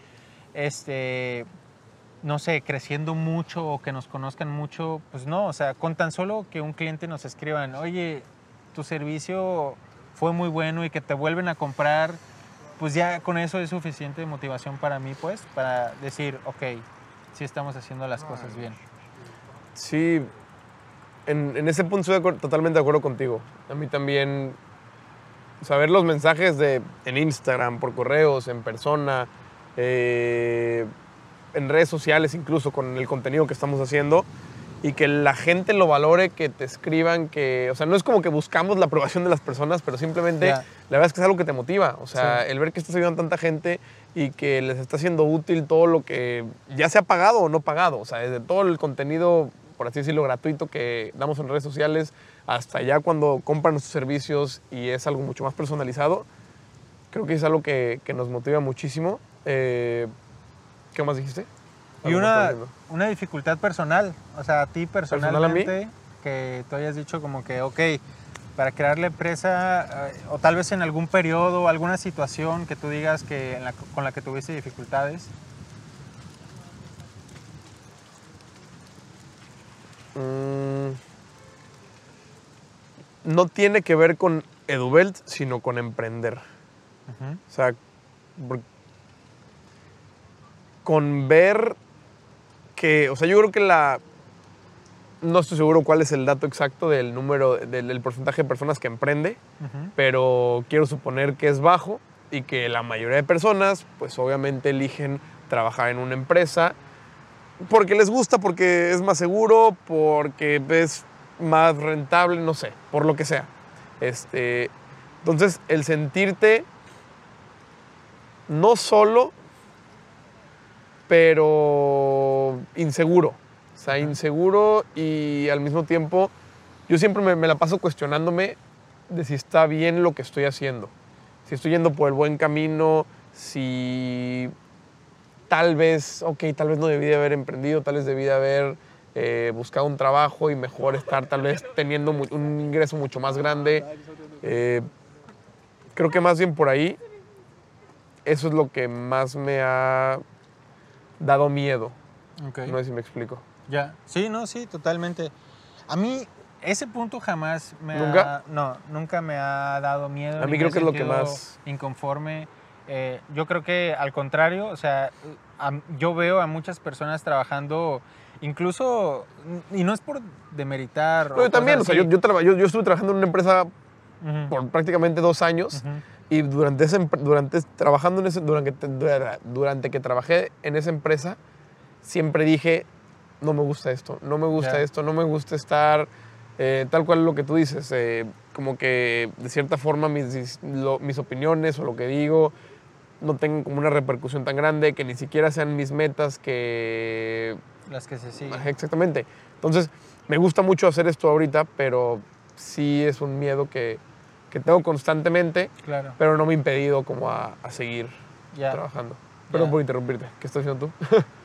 este, no sé, creciendo mucho o que nos conozcan mucho, pues no, o sea, con tan solo que un cliente nos escriban, oye, tu servicio fue muy bueno y que te vuelven a comprar, pues ya con eso es suficiente motivación para mí, pues, para decir, ok, sí estamos haciendo las cosas bien. Sí, en, en ese punto estoy de acuer- totalmente de acuerdo contigo. A mí también, saber los mensajes de, en Instagram, por correos, en persona, eh, en redes sociales, incluso con el contenido que estamos haciendo, y que la gente lo valore, que te escriban, que, o sea, no es como que buscamos la aprobación de las personas, pero simplemente Ya. la verdad es que es algo que te motiva, o sea, Sí. el ver que estás ayudando a tanta gente y que les está siendo útil todo lo que ya sea pagado o no pagado, o sea, desde todo el contenido, por así decirlo, gratuito que damos en redes sociales, hasta ya cuando compran nuestros servicios y es algo mucho más personalizado, creo que es algo que, que nos motiva muchísimo. Eh, ¿Qué más dijiste? Y Algo más estaba una, diciendo. una dificultad personal, o sea, a ti ¿Personal a mí? personalmente, que tú hayas dicho como que, ok, para crear la empresa, eh, o tal vez en algún periodo, alguna situación que tú digas que en la- con la que tuviste dificultades. Mm, no tiene que ver con EduBelt, sino con emprender. Ujú. O sea, por- con ver que, o sea, yo creo que la, no estoy seguro cuál es el dato exacto del número, del, del porcentaje de personas que emprende, Ujú. pero quiero suponer que es bajo y que la mayoría de personas, pues obviamente eligen trabajar en una empresa porque les gusta, porque es más seguro, porque es más rentable, no sé, por lo que sea. Este, entonces, el sentirte no solo, pero inseguro. O sea, Ajá. inseguro y al mismo tiempo yo siempre me, me la paso cuestionándome de si está bien lo que estoy haciendo. Si estoy yendo por el buen camino, si tal vez, ok, tal vez no debí de haber emprendido, tal vez debí de haber eh, buscado un trabajo y mejor estar tal vez teniendo mu- un ingreso mucho más grande. Eh, creo que más bien por ahí, eso es lo que más me ha dado miedo. Ok. No sé si me explico. Ya. Sí, no, sí, totalmente. A mí ese punto jamás me ¿Nunca? ha... No, nunca me ha dado miedo. A ni mí me creo he que es lo que sentido más... inconforme. Eh, yo creo que al contrario, o sea, a- yo veo a muchas personas trabajando, incluso, y no es por demeritar No, o yo también, o cosas sea, yo, así. yo, traba- yo, yo estuve trabajando en una empresa Ujú, por prácticamente dos años ujú. y durante, ese, empre- durante trabajando en ese, durante, durante que trabajé en esa empresa, siempre dije, no me gusta esto, no me gusta Ya. esto, no me gusta estar eh, tal cual lo que tú dices, eh, como que de cierta forma mis, lo- mis opiniones o lo que digo no tengan como una repercusión tan grande, que ni siquiera sean mis metas, que... Las que se siguen. Ajá, exactamente. Entonces, me gusta mucho hacer esto ahorita, pero sí es un miedo que, que tengo constantemente, Claro. pero no me ha impedido como a, a seguir Ya. trabajando. Perdón Ya. por interrumpirte. ¿Qué estás haciendo tú?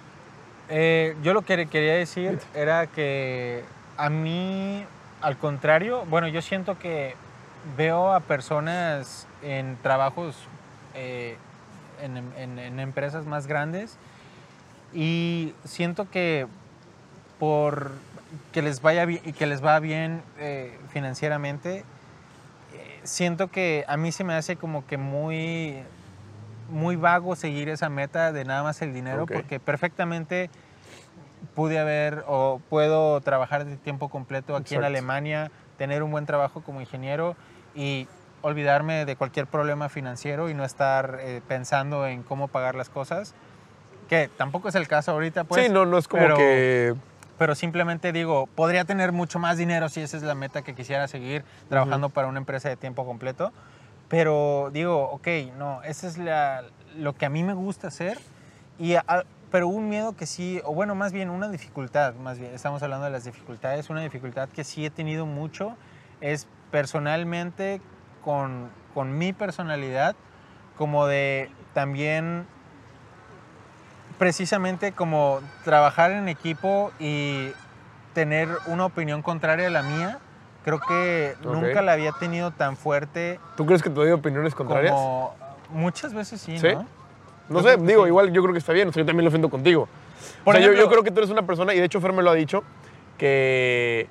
Eh, yo lo que quería decir era que a mí, al contrario, bueno, yo siento que veo a personas en trabajos, eh, en, en- en empresas más grandes y siento que por que les vaya bien y que les va bien eh, financieramente, eh, siento que a mí se me hace como que muy muy vago seguir esa meta de nada más el dinero, Ok. porque perfectamente pude haber o puedo trabajar de tiempo completo aquí en Exacto. Alemania, tener un buen trabajo como ingeniero y olvidarme de cualquier problema financiero y no estar eh, pensando en cómo pagar las cosas, que tampoco es el caso ahorita, pues. sí, no, no es como pero, que... pero simplemente digo, podría tener mucho más dinero si esa es la meta que quisiera seguir trabajando para una empresa de tiempo completo. Pero digo, ok, no, eso es la- lo que a mí me gusta hacer. Y a- pero un miedo que sí, o bueno, más bien una dificultad, más bien, estamos hablando de las dificultades, una dificultad que sí he tenido mucho es personalmente con, con mi personalidad, como de también precisamente como trabajar en equipo y tener una opinión contraria a la mía. Creo que Ok. nunca la había tenido tan fuerte ¿Tú crees que te doy opiniones contrarias? como muchas veces sí, ¿Sí? ¿no? No Yo sé, creo que digo, sí. igual yo creo que está bien. O sea, yo también lo ofendo contigo. Por o sea, yo- yo, ejemplo- creo que tú eres una persona, y de hecho Fer me lo ha dicho, que...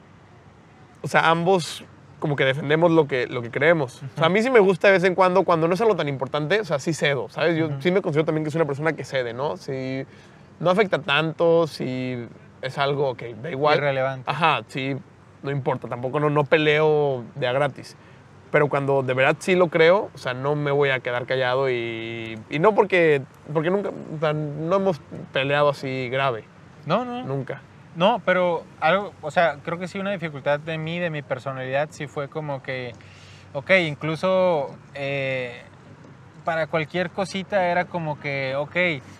O sea, ambos como que defendemos lo que, lo que creemos. O sea, a mí sí me gusta de vez en cuando, cuando no es algo tan importante, o sea, sí cedo, ¿sabes? Yo Ujú. sí me considero también que soy una persona que cede, ¿no? Si no afecta tanto, si es algo que da igual. Irrelevante. Ajá, sí, no importa, tampoco no, no peleo de a gratis. Pero cuando de verdad sí lo creo, o sea, no me voy a quedar callado y, y no porque, porque nunca, o sea, no hemos peleado así grave, No, no. nunca. No, pero algo, o sea, creo que sí una dificultad de mí, de mi personalidad, sí fue como que, ok, incluso eh, para cualquier cosita era como que, ok,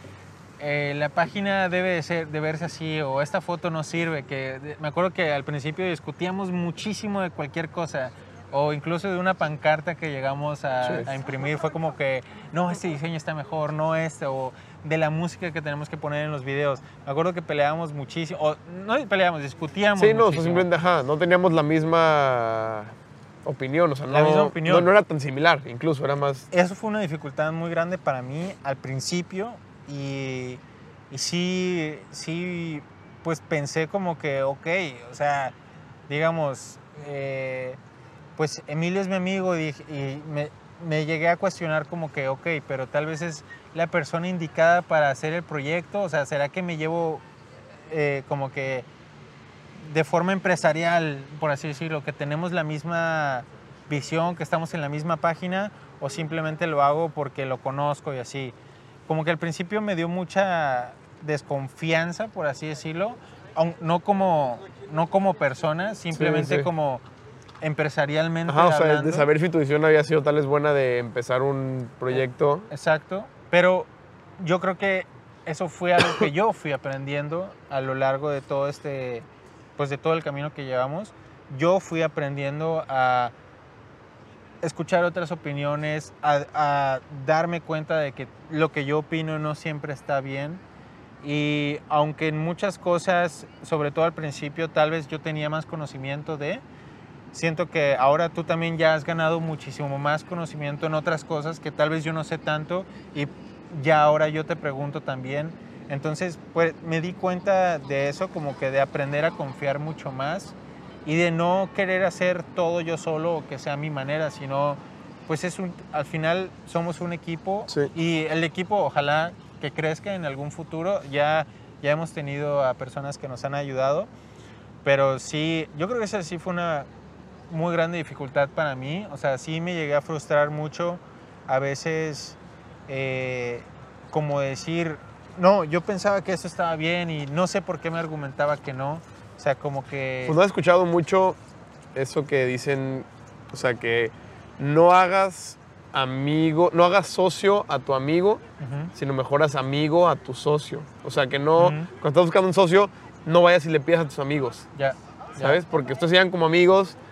eh, la página debe de, ser, de verse así o esta foto no sirve. Que de- me acuerdo que al principio discutíamos muchísimo de cualquier cosa o incluso de una pancarta que llegamos a, Sí. a imprimir. Fue como que, no, este diseño está mejor, no este, o de la música que tenemos que poner en los videos. Me acuerdo que peleábamos muchísimo, o no peleábamos, discutíamos Sí, no, o sea, muchísimo. simplemente, ajá, no teníamos la misma opinión, o sea, La no, misma opinión. No, no era tan similar, incluso, era más... Eso fue una dificultad muy grande para mí al principio y, y sí, sí, pues pensé como que, ok, o sea, digamos, eh, pues Emilio es mi amigo y, y me, me llegué a cuestionar como que, ok, pero tal vez es la persona indicada para hacer el proyecto, o sea, ¿será que me llevo eh, como que de forma empresarial, por así decirlo, que tenemos la misma visión, que estamos en la misma página, o simplemente lo hago porque lo conozco y así? Como que al principio me dio mucha desconfianza, por así decirlo, aun- no como, no como persona, simplemente sí. como empresarialmente Ajá, o sea, hablando. de saber si tu decisión había sido tal vez buena de empezar un proyecto. Exacto, pero yo creo que eso fue algo que yo fui aprendiendo a lo largo de todo este, pues de todo el camino que llevamos. Yo fui aprendiendo a escuchar otras opiniones, a, a darme cuenta de que lo que yo opino no siempre está bien. Y aunque en muchas cosas, sobre todo al principio, tal vez yo tenía más conocimiento de, siento que ahora tú también ya has ganado muchísimo más conocimiento en otras cosas que tal vez yo no sé tanto y ya ahora yo te pregunto también. Entonces, pues me di cuenta de eso, como que de aprender a confiar mucho más y de no querer hacer todo yo solo o que sea a mi manera, sino pues es un, al final somos un equipo Sí. y el equipo ojalá que crezca en algún futuro. Ya, ya hemos tenido a personas que nos han ayudado, pero sí, yo creo que esa sí fue una muy grande dificultad para mí. O sea, sí me llegué a frustrar mucho a veces, eh, como decir, no, yo pensaba que eso estaba bien y no sé por qué me argumentaba que no. O sea, como que... Pues no he escuchado mucho eso que dicen, o sea, que no hagas amigo, no hagas socio a tu amigo, Ujú. sino mejoras amigo a tu socio. O sea, que no, Ujú. cuando estás buscando un socio, no vayas y le pidas a tus amigos, Ya, ya. ¿sabes? Porque ustedes sean como amigos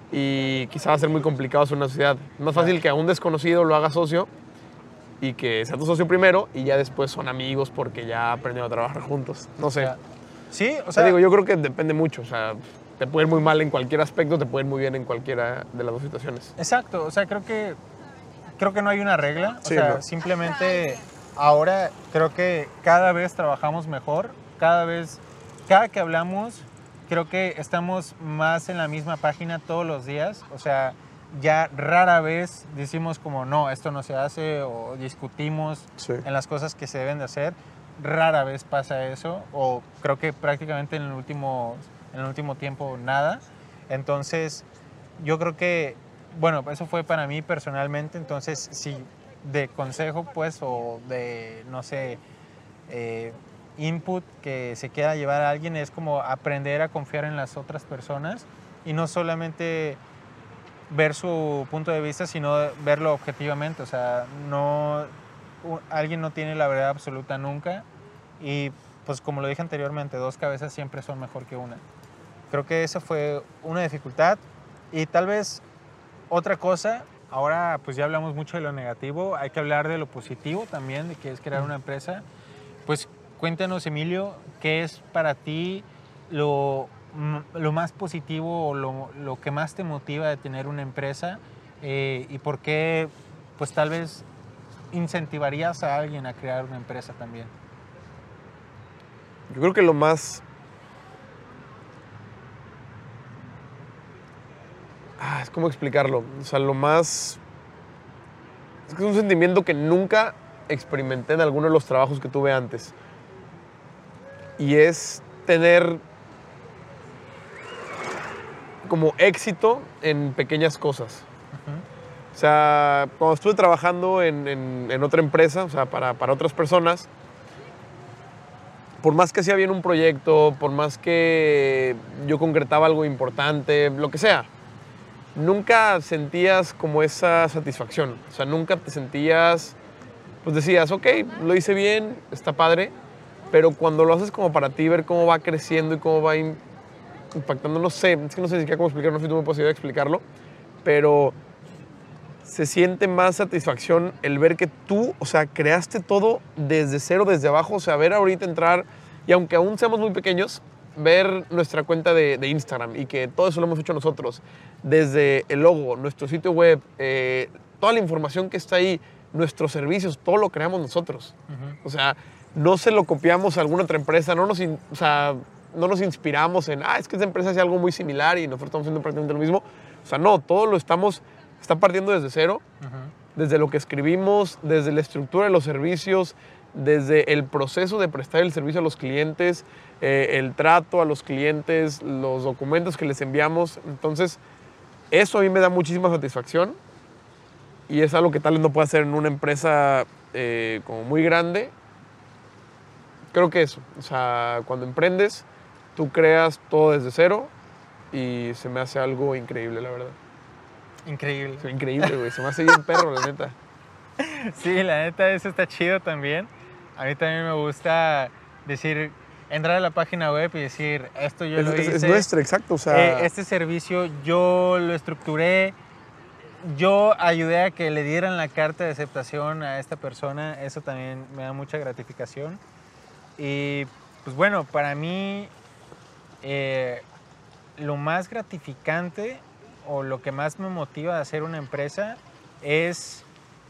y quizá va a ser muy complicado hacer una sociedad. Es más fácil que a un desconocido lo haga socio y que sea tu socio primero y ya después son amigos porque ya aprendieron a trabajar juntos. No sé. Sí, o O sea, sea, digo, yo creo que depende mucho. O sea, te puede ir muy mal en cualquier aspecto, te puede ir muy bien en cualquiera de las dos situaciones. exacto, o sea, creo que creo que no hay una regla, o Sí, sea, no. simplemente ahora creo que cada vez trabajamos mejor, cada vez, cada que hablamos, creo que estamos más en la misma página todos los días, o sea, ya rara vez decimos como, no, esto no se hace, o discutimos Sí. en las cosas que se deben de hacer, rara vez pasa eso, o creo que prácticamente en el último, en el último tiempo nada, entonces yo creo que, bueno, eso fue para mí personalmente, entonces si de consejo pues o de, no sé, eh, input que se quiera llevar a alguien es como aprender a confiar en las otras personas y no solamente ver su punto de vista, sino verlo objetivamente, o sea, no, u- alguien no tiene la verdad absoluta nunca y pues como lo dije anteriormente, dos cabezas siempre son mejor que una. Creo que esa fue una dificultad y tal vez otra cosa, ahora pues ya hablamos mucho de lo negativo, hay que hablar de lo positivo también, de que es crear una empresa. Pues cuéntanos, Emilio, ¿qué es para ti lo, m- lo más positivo o lo, lo que más te motiva de tener una empresa eh, y por qué pues tal vez incentivarías a alguien a crear una empresa también? Yo creo que lo más... Ah, es como explicarlo. O sea, lo más... Es que es un sentimiento que nunca experimenté en alguno de los trabajos que tuve antes. Y es tener como éxito en pequeñas cosas. Ujú. O sea, cuando estuve trabajando en, en- en otra empresa, o sea, para, para otras personas, por más que hacía bien un proyecto, por más que yo concretaba algo importante, lo que sea, nunca sentías como esa satisfacción. O sea, nunca te sentías, pues decías, ok, lo hice bien, está padre, pero cuando lo haces como para ti, ver cómo va creciendo y cómo va im- impactando, no sé, es que no sé ni siquiera cómo explicarlo, no sé si tú me puedes ayudar a explicarlo, pero se siente más satisfacción el ver que tú, o sea, creaste todo desde cero, desde abajo, o sea, ver ahorita entrar, y aunque aún seamos muy pequeños, ver nuestra cuenta de, de Instagram y que todo eso lo hemos hecho nosotros, desde el logo, nuestro sitio web, eh, toda la información que está ahí, nuestros servicios, todo lo creamos nosotros. Ujú. O sea, no se lo copiamos a alguna otra empresa, no nos, in- o sea, no nos inspiramos en, ah, es que esa empresa hace algo muy similar y nosotros estamos haciendo prácticamente lo mismo. O sea, no, todo lo estamos, está partiendo desde cero, Ujú. desde lo que escribimos, desde la estructura de los servicios, desde el proceso de prestar el servicio a los clientes, eh, el trato a los clientes, los documentos que les enviamos. Entonces, eso a mí me da muchísima satisfacción y es algo que tal vez no pueda hacer en una empresa eh, como muy grande. Creo que eso, o sea, cuando emprendes, tú creas todo desde cero y se me hace algo increíble, la verdad. Increíble. Se me increíble, güey, se me hace bien perro, la neta. Sí, la neta, eso está chido también. A mí también me gusta decir, entrar a la página web y decir, esto yo Es, lo es- hice. es nuestro, exacto, o sea... Eh, este servicio yo lo estructuré, yo ayudé a que le dieran la carta de aceptación a esta persona, eso también me da mucha gratificación. Y pues bueno, para mí eh, lo más gratificante o lo que más me motiva a hacer una empresa es,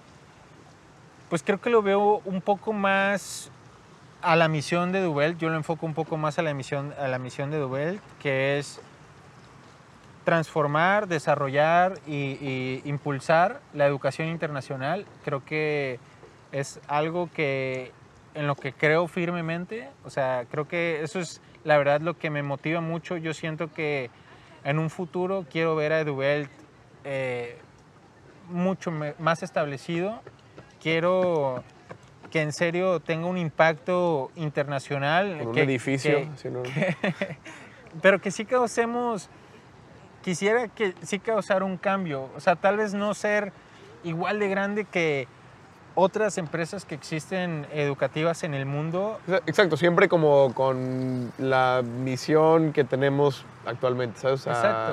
pues creo que lo veo un poco más a la misión de Dubelt, yo lo enfoco un poco más a la misión, a la misión de Dubelt, que es transformar, desarrollar y, y impulsar la educación internacional. Creo que es algo que en lo que creo firmemente, o sea, creo que eso es la verdad lo que me motiva mucho. Yo siento que en un futuro quiero ver a Edubelt eh, mucho me- más establecido. Quiero que en serio tenga un impacto internacional. Con un que- edificio, que- así, ¿no? pero que sí causemos, quisiera que sí causar un cambio. O sea, tal vez no ser igual de grande que otras empresas que existen educativas en el mundo. Exacto, siempre como con la misión que tenemos actualmente, ¿sabes? O sea, Exacto.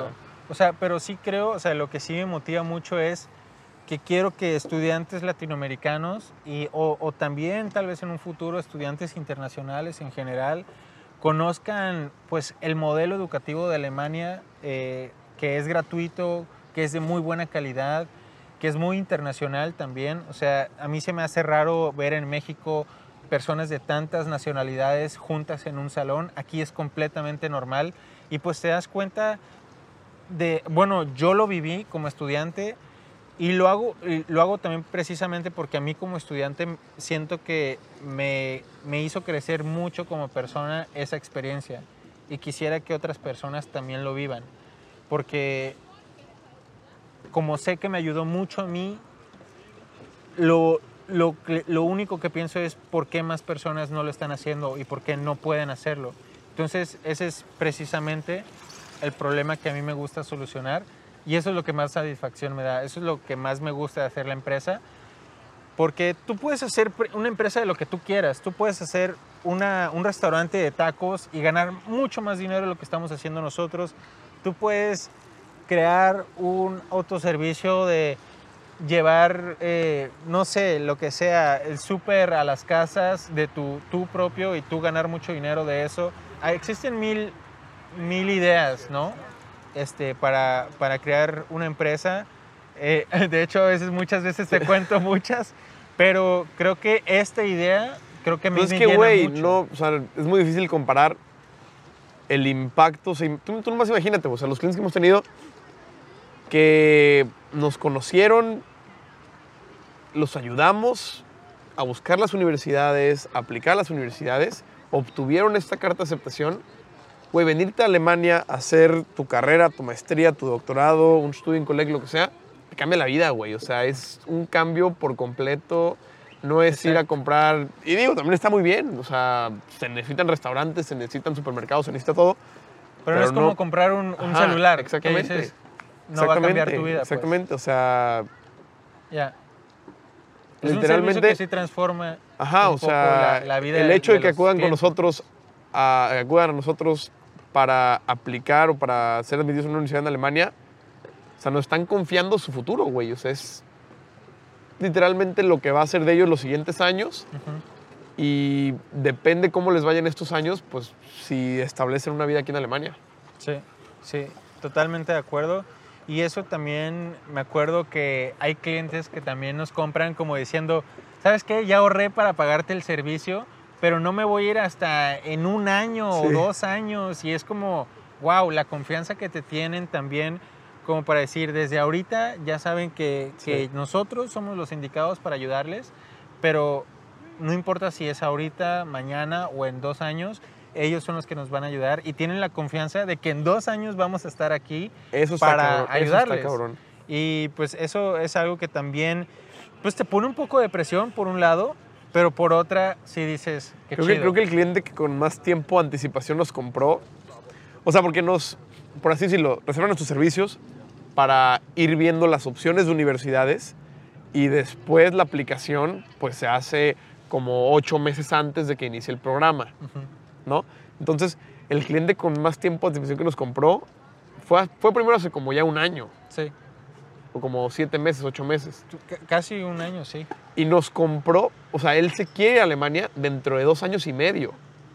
O sea, pero sí creo, o sea, lo que sí me motiva mucho es que quiero que estudiantes latinoamericanos y, o, o también tal vez en un futuro estudiantes internacionales en general conozcan pues el modelo educativo de Alemania, eh, que es gratuito, que es de muy buena calidad, que es muy internacional también. O sea, a mí se me hace raro ver en México personas de tantas nacionalidades juntas en un salón. Aquí es completamente normal y pues te das cuenta de, bueno, yo lo viví como estudiante y lo hago, y lo hago también precisamente porque a mí como estudiante siento que me, me hizo crecer mucho como persona esa experiencia y quisiera que otras personas también lo vivan, porque como sé que me ayudó mucho a mí, lo, lo, lo único que pienso es por qué más personas no lo están haciendo y por qué no pueden hacerlo. Entonces ese es precisamente el problema que a mí me gusta solucionar. Y eso es lo que más satisfacción me da, eso es lo que más me gusta de hacer la empresa, porque tú puedes hacer una empresa de lo que tú quieras, tú puedes hacer una, un restaurante de tacos y ganar mucho más dinero de lo que estamos haciendo nosotros, tú puedes crear un autoservicio de llevar, eh, no sé, lo que sea, el súper a las casas de tu, tu propio y tú ganar mucho dinero de eso. Ah, existen mil, mil ideas, ¿no? Este, para, para crear una empresa. Eh, de hecho, a veces, muchas veces te cuento muchas, pero creo que esta idea, creo que a mí pues me es que, llena güey, mucho. no, o sea, es muy difícil comparar el impacto. O sea, tú, tú nomás imagínate, o sea, los clientes que hemos tenido que nos conocieron, los ayudamos a buscar las universidades, a aplicar a las universidades, obtuvieron esta carta de aceptación. Güey, venirte a Alemania a hacer tu carrera, tu maestría, tu doctorado, un Studienkolleg, lo que sea, te cambia la vida, güey. O sea, es un cambio por completo. No es Exacto. ir a comprar... Y digo, también está muy bien. O sea, se necesitan restaurantes, se necesitan supermercados, se necesita todo. Pero, pero no es como no- comprar un, un Ajá, celular, exactamente. que dices, no va a cambiar tu vida. Exactamente, o sea, Pues. Ya. Es un literalmente... servicio que sí transforma Ajá, un o poco sea, la, la vida el hecho de, que los acudan con clientes. nosotros, a, que acudan a nosotros para aplicar o para ser admitidos en una universidad en Alemania, o sea, nos están confiando su futuro, güey. O sea, es literalmente lo que va a ser de ellos los siguientes años. Ujú. Y depende cómo les vayan estos años, pues si establecen una vida aquí en Alemania. Sí, sí, totalmente de acuerdo. Y eso también me acuerdo que hay clientes que también nos compran como diciendo, ¿sabes qué? Ya ahorré para pagarte el servicio, pero no me voy a ir hasta en un año Sí. o dos años. Y es como, wow, la confianza que te tienen también, como para decir, desde ahorita ya saben que, que Sí. nosotros somos los indicados para ayudarles, pero no importa si es ahorita, mañana o en dos años, ellos son los que nos van a ayudar y tienen la confianza de que en dos años vamos a estar aquí Eso está para cabrón, eso ayudarles. está cabrón. Y pues eso es algo que también pues te pone un poco de presión por un lado, pero por otra sí dices, qué Creo que, chido. creo que el cliente que con más tiempo de anticipación nos compró, o sea, porque nos, por así decirlo, reservan nuestros servicios para ir viendo las opciones de universidades y después la aplicación pues se hace como ocho meses antes de que inicie el programa, Ujú. ¿no? Entonces, el cliente con más tiempo de anticipación que nos compró fue, fue primero hace como ya un año, Sí, o como siete meses, ocho meses. C- casi un año, sí. Y nos compró, o sea, él se quiere ir a Alemania dentro de dos años y medio.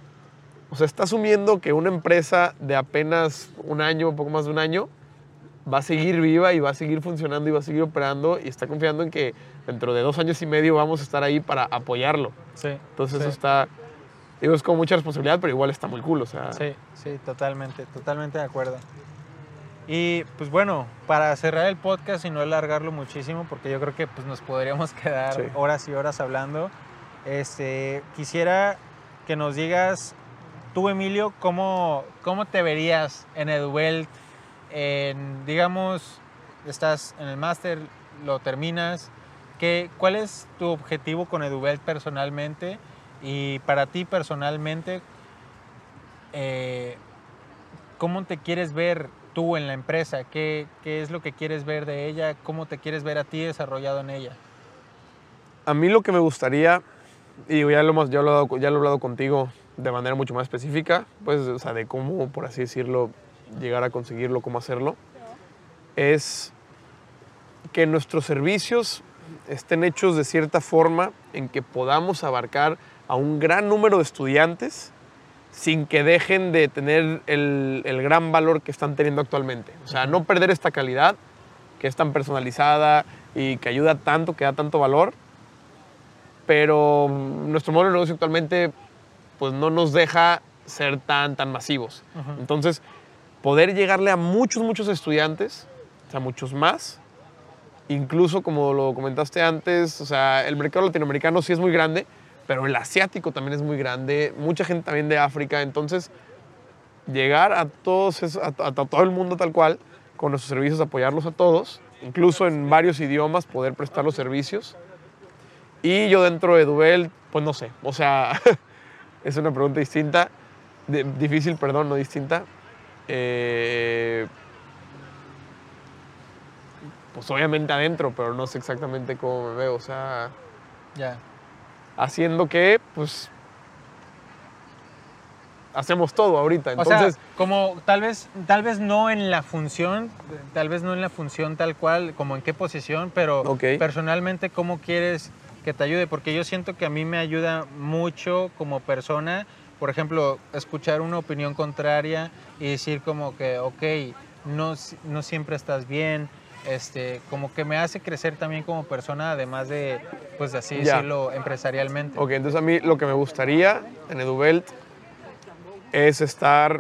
O sea, está asumiendo que una empresa de apenas un año, un poco más de un año, va a seguir viva y va a seguir funcionando y va a seguir operando y está confiando en que dentro de dos años y medio vamos a estar ahí para apoyarlo. Sí. Entonces sí. eso está, digo, es con mucha responsabilidad, pero igual está muy cool, o sea. Sí, sí, totalmente, totalmente de acuerdo. Y pues bueno, para cerrar el podcast y no alargarlo muchísimo, porque yo creo que pues, nos podríamos quedar Sí. horas y horas hablando, este, quisiera que nos digas, tú Emilio, ¿cómo, cómo te verías en EduWelt? En, digamos, estás en el máster, lo terminas, ¿qué, ¿cuál es tu objetivo con EduWelt personalmente? Y para ti personalmente, eh, ¿cómo te quieres ver tú en la empresa? ¿Qué, ¿Qué es lo que quieres ver de ella? ¿Cómo te quieres ver a ti desarrollado en ella? A mí lo que me gustaría, y ya lo, hemos, ya, lo he hablado, ya lo he hablado contigo de manera mucho más específica, pues, o sea, de cómo, por así decirlo, llegar a conseguirlo, cómo hacerlo. es que nuestros servicios estén hechos de cierta forma en que podamos abarcar a un gran número de estudiantes sin que dejen de tener el, el gran valor que están teniendo actualmente. O sea, no perder esta calidad que es tan personalizada y que ayuda tanto, que da tanto valor, pero nuestro modelo de negocio actualmente pues, no nos deja ser tan, tan masivos. Uh-huh. Entonces, poder llegarle a muchos, muchos estudiantes, o sea, muchos más, incluso como lo comentaste antes, o sea, el mercado latinoamericano sí es muy grande, pero el asiático también es muy grande, mucha gente también de África, entonces llegar a, todos esos, a, a, a todo el mundo tal cual, con nuestros servicios, apoyarlos a todos, incluso en varios idiomas, poder prestar los servicios. Y yo dentro de Edubel, pues no sé, o sea, es una pregunta distinta, de, difícil, perdón, no distinta. Eh, pues obviamente adentro, pero no sé exactamente cómo me veo, o sea, ya. Haciendo que, pues, hacemos todo ahorita, entonces... O sea, como tal vez, tal vez no en la función, tal vez no en la función tal cual, como en qué posición, pero okay. Personalmente, ¿cómo quieres que te ayude? Porque yo siento que a mí me ayuda mucho como persona, por ejemplo, escuchar una opinión contraria y decir como que, ok, no, no siempre estás bien, este, como que me hace crecer también como persona, además de, pues así ya. Decirlo, empresarialmente. Ok, entonces a mí lo que me gustaría en Edubelt es estar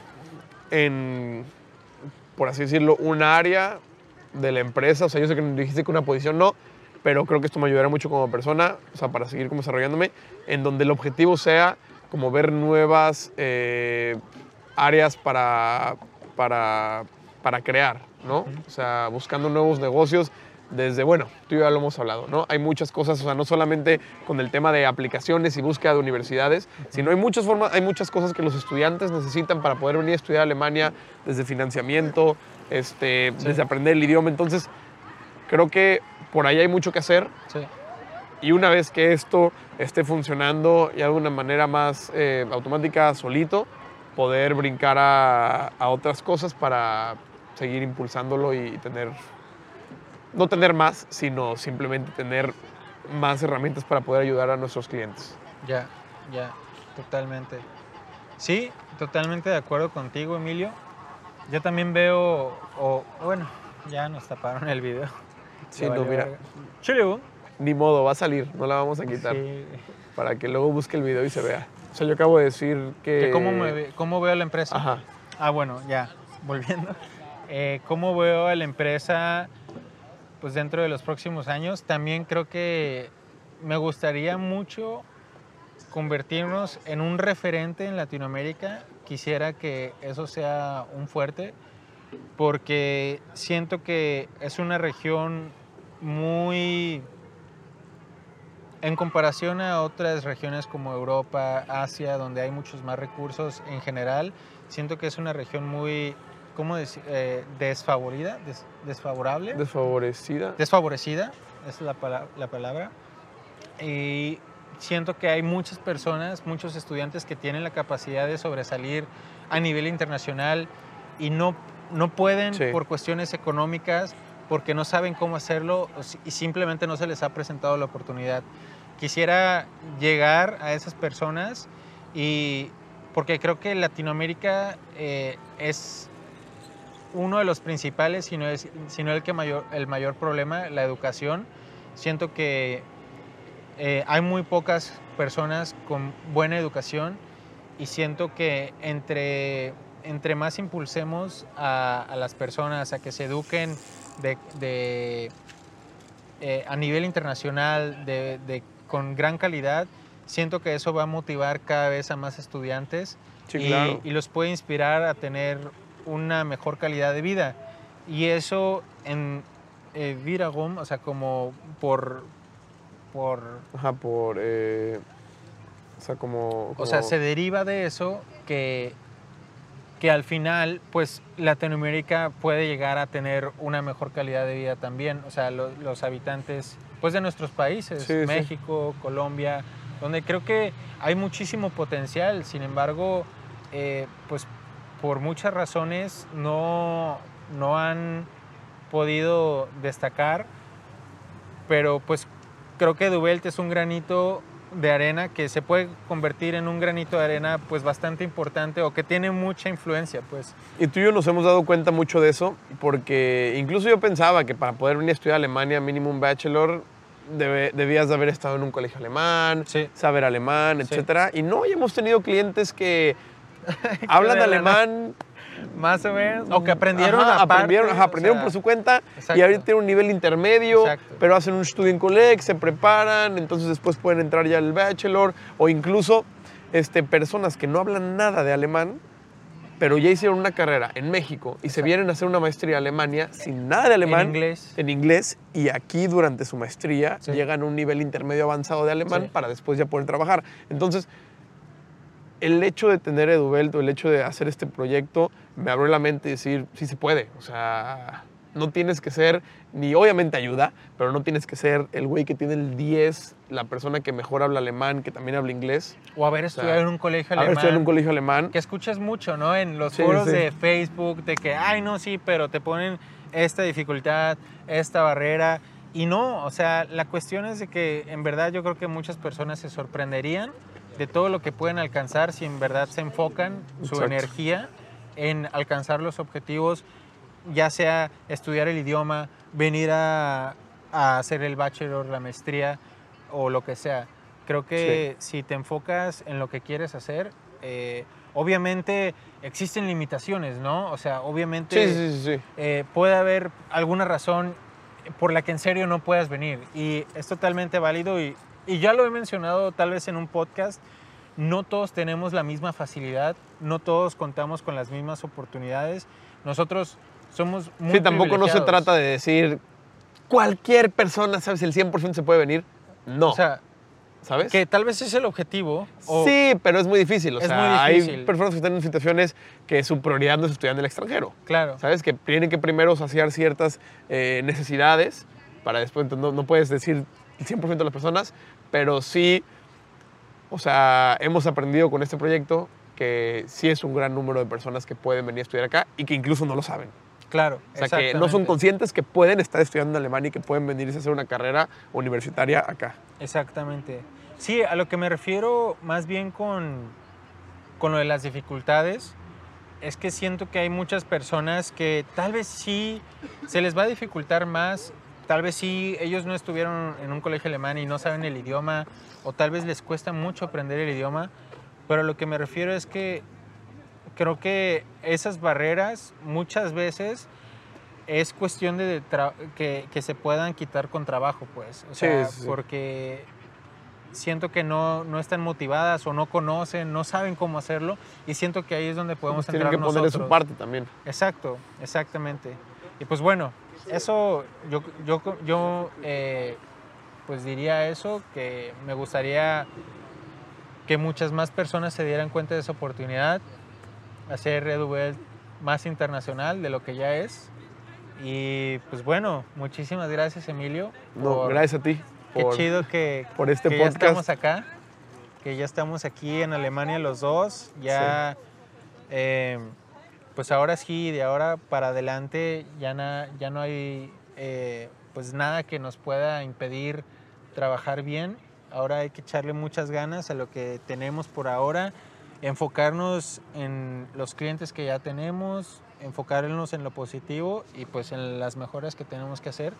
en, por así decirlo, un área de la empresa. O sea, yo sé que dijiste que una posición no, pero creo que esto me ayudará mucho como persona, o sea, para seguir como desarrollándome, en donde el objetivo sea como ver nuevas eh, áreas para, para, para crear, ¿no? O sea, buscando nuevos negocios desde, bueno, tú y yo ya lo hemos hablado, ¿no? Hay muchas cosas, o sea, no solamente con el tema de aplicaciones y búsqueda de universidades, sino hay muchas formas, hay muchas cosas que los estudiantes necesitan para poder venir a estudiar a Alemania, desde financiamiento, este, sí. desde aprender el idioma. Entonces, creo que por ahí hay mucho que hacer. Sí. Y una vez que esto esté funcionando ya de una manera más eh, automática, solito, poder brincar a, a otras cosas para seguir impulsándolo y tener, no tener más, sino simplemente tener más herramientas para poder ayudar a nuestros clientes. Ya, ya, totalmente. Sí, totalmente de acuerdo contigo, Emilio. Yo también veo, o bueno, ya nos taparon el video. Sí, no, mira. Chile, ni modo, va a salir, no la vamos a quitar. Sí. Para que luego busque el video y se vea. O sea, yo acabo de decir que... ¿Que cómo, me, ¿Cómo veo la empresa? Ajá. Ah, bueno, ya, volviendo. Eh, ¿Cómo veo a la empresa pues, dentro de los próximos años? También creo que me gustaría mucho convertirnos en un referente en Latinoamérica. Quisiera que eso sea un fuerte, porque siento que es una región muy... En comparación a otras regiones como Europa, Asia, donde hay muchos más recursos en general, siento que es una región muy, ¿cómo decir? Eh, desfavorida, des, desfavorable. Desfavorecida. Desfavorecida, esa es la, pala la palabra. Y siento que hay muchas personas, muchos estudiantes que tienen la capacidad de sobresalir a nivel internacional y no, no pueden sí. por cuestiones económicas, porque no saben cómo hacerlo y simplemente no se les ha presentado la oportunidad. Quisiera llegar a esas personas y porque creo que Latinoamérica eh, es uno de los principales, si no, es, si no el, que mayor, el mayor problema, la educación. Siento que eh, hay muy pocas personas con buena educación y siento que entre, entre más impulsemos a, a las personas a que se eduquen de, de, eh, a nivel internacional, de, de, con gran calidad, siento que eso va a motivar cada vez a más estudiantes sí, y, claro. y los puede inspirar a tener una mejor calidad de vida. Y eso en eh, Viragum, o sea, como por... por Ajá, por... Eh, o sea, como, como... O sea, se deriva de eso que... que al final, pues, Latinoamérica puede llegar a tener una mejor calidad de vida también. O sea, lo, los habitantes, pues, de nuestros países, sí, México, sí. Colombia, donde creo que hay muchísimo potencial. Sin embargo, eh, pues, por muchas razones no, no han podido destacar, pero pues creo que DeWelt es un granito de arena que se puede convertir en un granito de arena pues bastante importante o que tiene mucha influencia, pues. Y tú y yo nos hemos dado cuenta mucho de eso, porque incluso yo pensaba que para poder venir a estudiar a Alemania, mínimo un bachelor, debe, debías de haber estado en un colegio alemán, Sí. saber alemán, Sí. etcétera. Y no, ya hemos tenido clientes que hablan de la alemán, Más o menos. O que aprendieron ajá, aparte, aprendieron, ajá, aprendieron o sea, por su cuenta exacto. y ahorita tienen un nivel intermedio, Exacto. pero hacen un estudio en Colec, se preparan, entonces después pueden entrar ya al bachelor, o incluso este, personas que no hablan nada de alemán, pero ya hicieron una carrera en México y se Exacto. vienen a hacer una maestría en Alemania sin nada de alemán. En inglés. En inglés, y aquí durante su maestría Sí. llegan a un nivel intermedio avanzado de alemán Sí. para después ya poder trabajar. Entonces, el hecho de tener EduVelt, o el hecho de hacer este proyecto, me abrió la mente y decir, sí se puede. O sea, no tienes que ser, ni obviamente ayuda, pero no tienes que ser el güey que tiene el diez, la persona que mejor habla alemán, que también habla inglés. O haber estudiado en un colegio Haber alemán. estudiado en un colegio alemán. Que escuchas mucho, ¿no? En los Sí, foros sí. de Facebook, de que, ay, no, sí, pero te ponen esta dificultad, esta barrera. Y no, o sea, la cuestión es de que en verdad yo creo que muchas personas se sorprenderían de todo lo que pueden alcanzar si en verdad se enfocan su Exacto. energía en alcanzar los objetivos, ya sea estudiar el idioma, venir a, a hacer el bachelor, la maestría o lo que sea. Creo que si te enfocas en lo que quieres hacer, eh, obviamente existen limitaciones, ¿no? O sea, obviamente Sí, sí, sí, sí. eh, puede haber alguna razón por la que en serio no puedas venir y es totalmente válido y, y ya lo he mencionado tal vez en un podcast, no todos tenemos la misma facilidad, no todos contamos con las mismas oportunidades, nosotros somos muy Sí, tampoco no se privilegiados. trata de decir cualquier persona, ¿sabes? El cien por ciento se puede venir. No, O sea, ¿sabes? que tal vez es el objetivo. O, Sí, pero es muy difícil. O Es sea, muy difícil. hay personas que están en situaciones que su prioridad no es estudiar en el extranjero. Claro. ¿Sabes? Que tienen que primero saciar ciertas eh, necesidades para después, entonces, no, no puedes decir el cien por ciento de las personas, pero sí, o sea, hemos aprendido con este proyecto que sí es un gran número de personas que pueden venir a estudiar acá y que incluso no lo saben. Claro, O sea, que no son conscientes que pueden estar estudiando en Alemania y que pueden venirse a hacer una carrera universitaria acá. Exactamente. Sí, a lo que me refiero más bien con, con lo de las dificultades es que siento que hay muchas personas que tal vez sí se les va a dificultar más, tal vez sí ellos no estuvieron en un colegio alemán y no saben el idioma, o tal vez les cuesta mucho aprender el idioma, pero a lo que me refiero es que creo que esas barreras muchas veces es cuestión de tra- que, que se puedan quitar con trabajo, pues. O Sí, sea, sí, sí. porque siento que no, no están motivadas o no conocen, no saben cómo hacerlo y siento que ahí es donde podemos Tienen entrar que poner de nosotros. su parte también. Exacto, exactamente. Y pues bueno, eso yo, yo, yo eh, pues diría eso, que me gustaría que muchas más personas se dieran cuenta de esa oportunidad, hacer EduVelt más internacional de lo que ya es. Y pues bueno, muchísimas gracias, Emilio. No, por- gracias a ti. Qué por- chido que, por este que ya podcast. estamos acá, que ya estamos aquí en Alemania los dos. Ya, eh, pues ahora sí, de ahora para adelante ya, na- ya no hay eh, pues nada que nos pueda impedir trabajar bien. Ahora hay que echarle muchas ganas a lo que tenemos por ahora, enfocarnos en los clientes que ya tenemos, enfocarnos en lo positivo y pues en las mejoras que tenemos que hacer.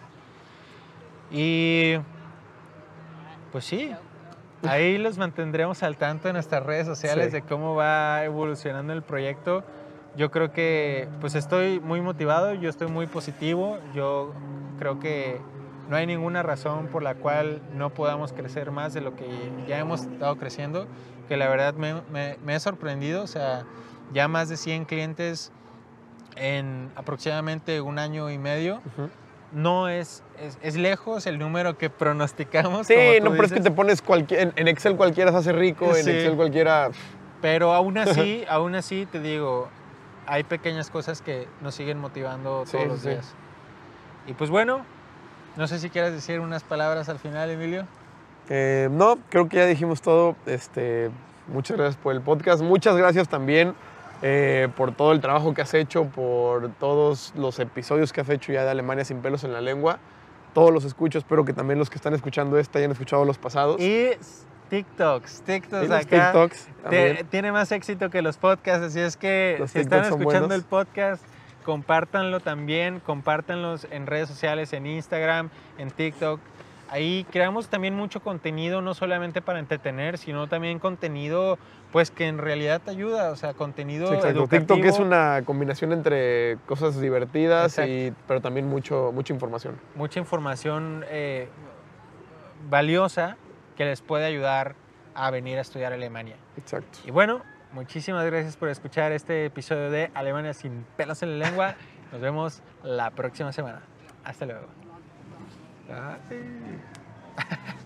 Y pues sí, ahí los mantendremos al tanto en nuestras redes sociales Sí. de cómo va evolucionando el proyecto. Yo creo que pues estoy muy motivado, yo estoy muy positivo, yo creo que no hay ninguna razón por la cual no podamos crecer más de lo que ya hemos estado creciendo, que la verdad me, me, me he sorprendido, o sea, ya más de cien clientes en aproximadamente un año y medio. Ujú. No es, es, es lejos el número que pronosticamos. Sí, como tú no, pero es que dices, te pones cualquier, en, en Excel cualquiera se hace rico, en Sí. Excel cualquiera... Pero aún así, aún así te digo, hay pequeñas cosas que nos siguen motivando Sí, todos los sí. días. Y pues bueno, no sé si quieres decir unas palabras al final, Emilio. Eh, no, creo que ya dijimos todo. Este, muchas gracias por el podcast. Muchas gracias también eh, por todo el trabajo que has hecho, por todos los episodios que has hecho ya de Alemania sin pelos en la lengua. Todos los escucho, espero que también los que están escuchando este hayan escuchado los pasados. Y TikToks, TikToks Y los acá TikToks te- también. tiene más éxito que los podcasts, así es que Los si están TikToks son escuchando buenos. el podcast, compártanlo también, compártanlos en redes sociales, en Instagram, en TikTok. Ahí creamos también mucho contenido, no solamente para entretener, sino también contenido pues que en realidad te ayuda, o sea, contenido Sí, exacto. educativo. TikTok es una combinación entre cosas divertidas, Exacto. y, pero también mucho, mucha información. Mucha información eh, valiosa que les puede ayudar a venir a estudiar a Alemania. Exacto. Y bueno, muchísimas gracias por escuchar este episodio de Alemania sin pelos en la lengua. Nos vemos la próxima semana. Hasta luego. Ay.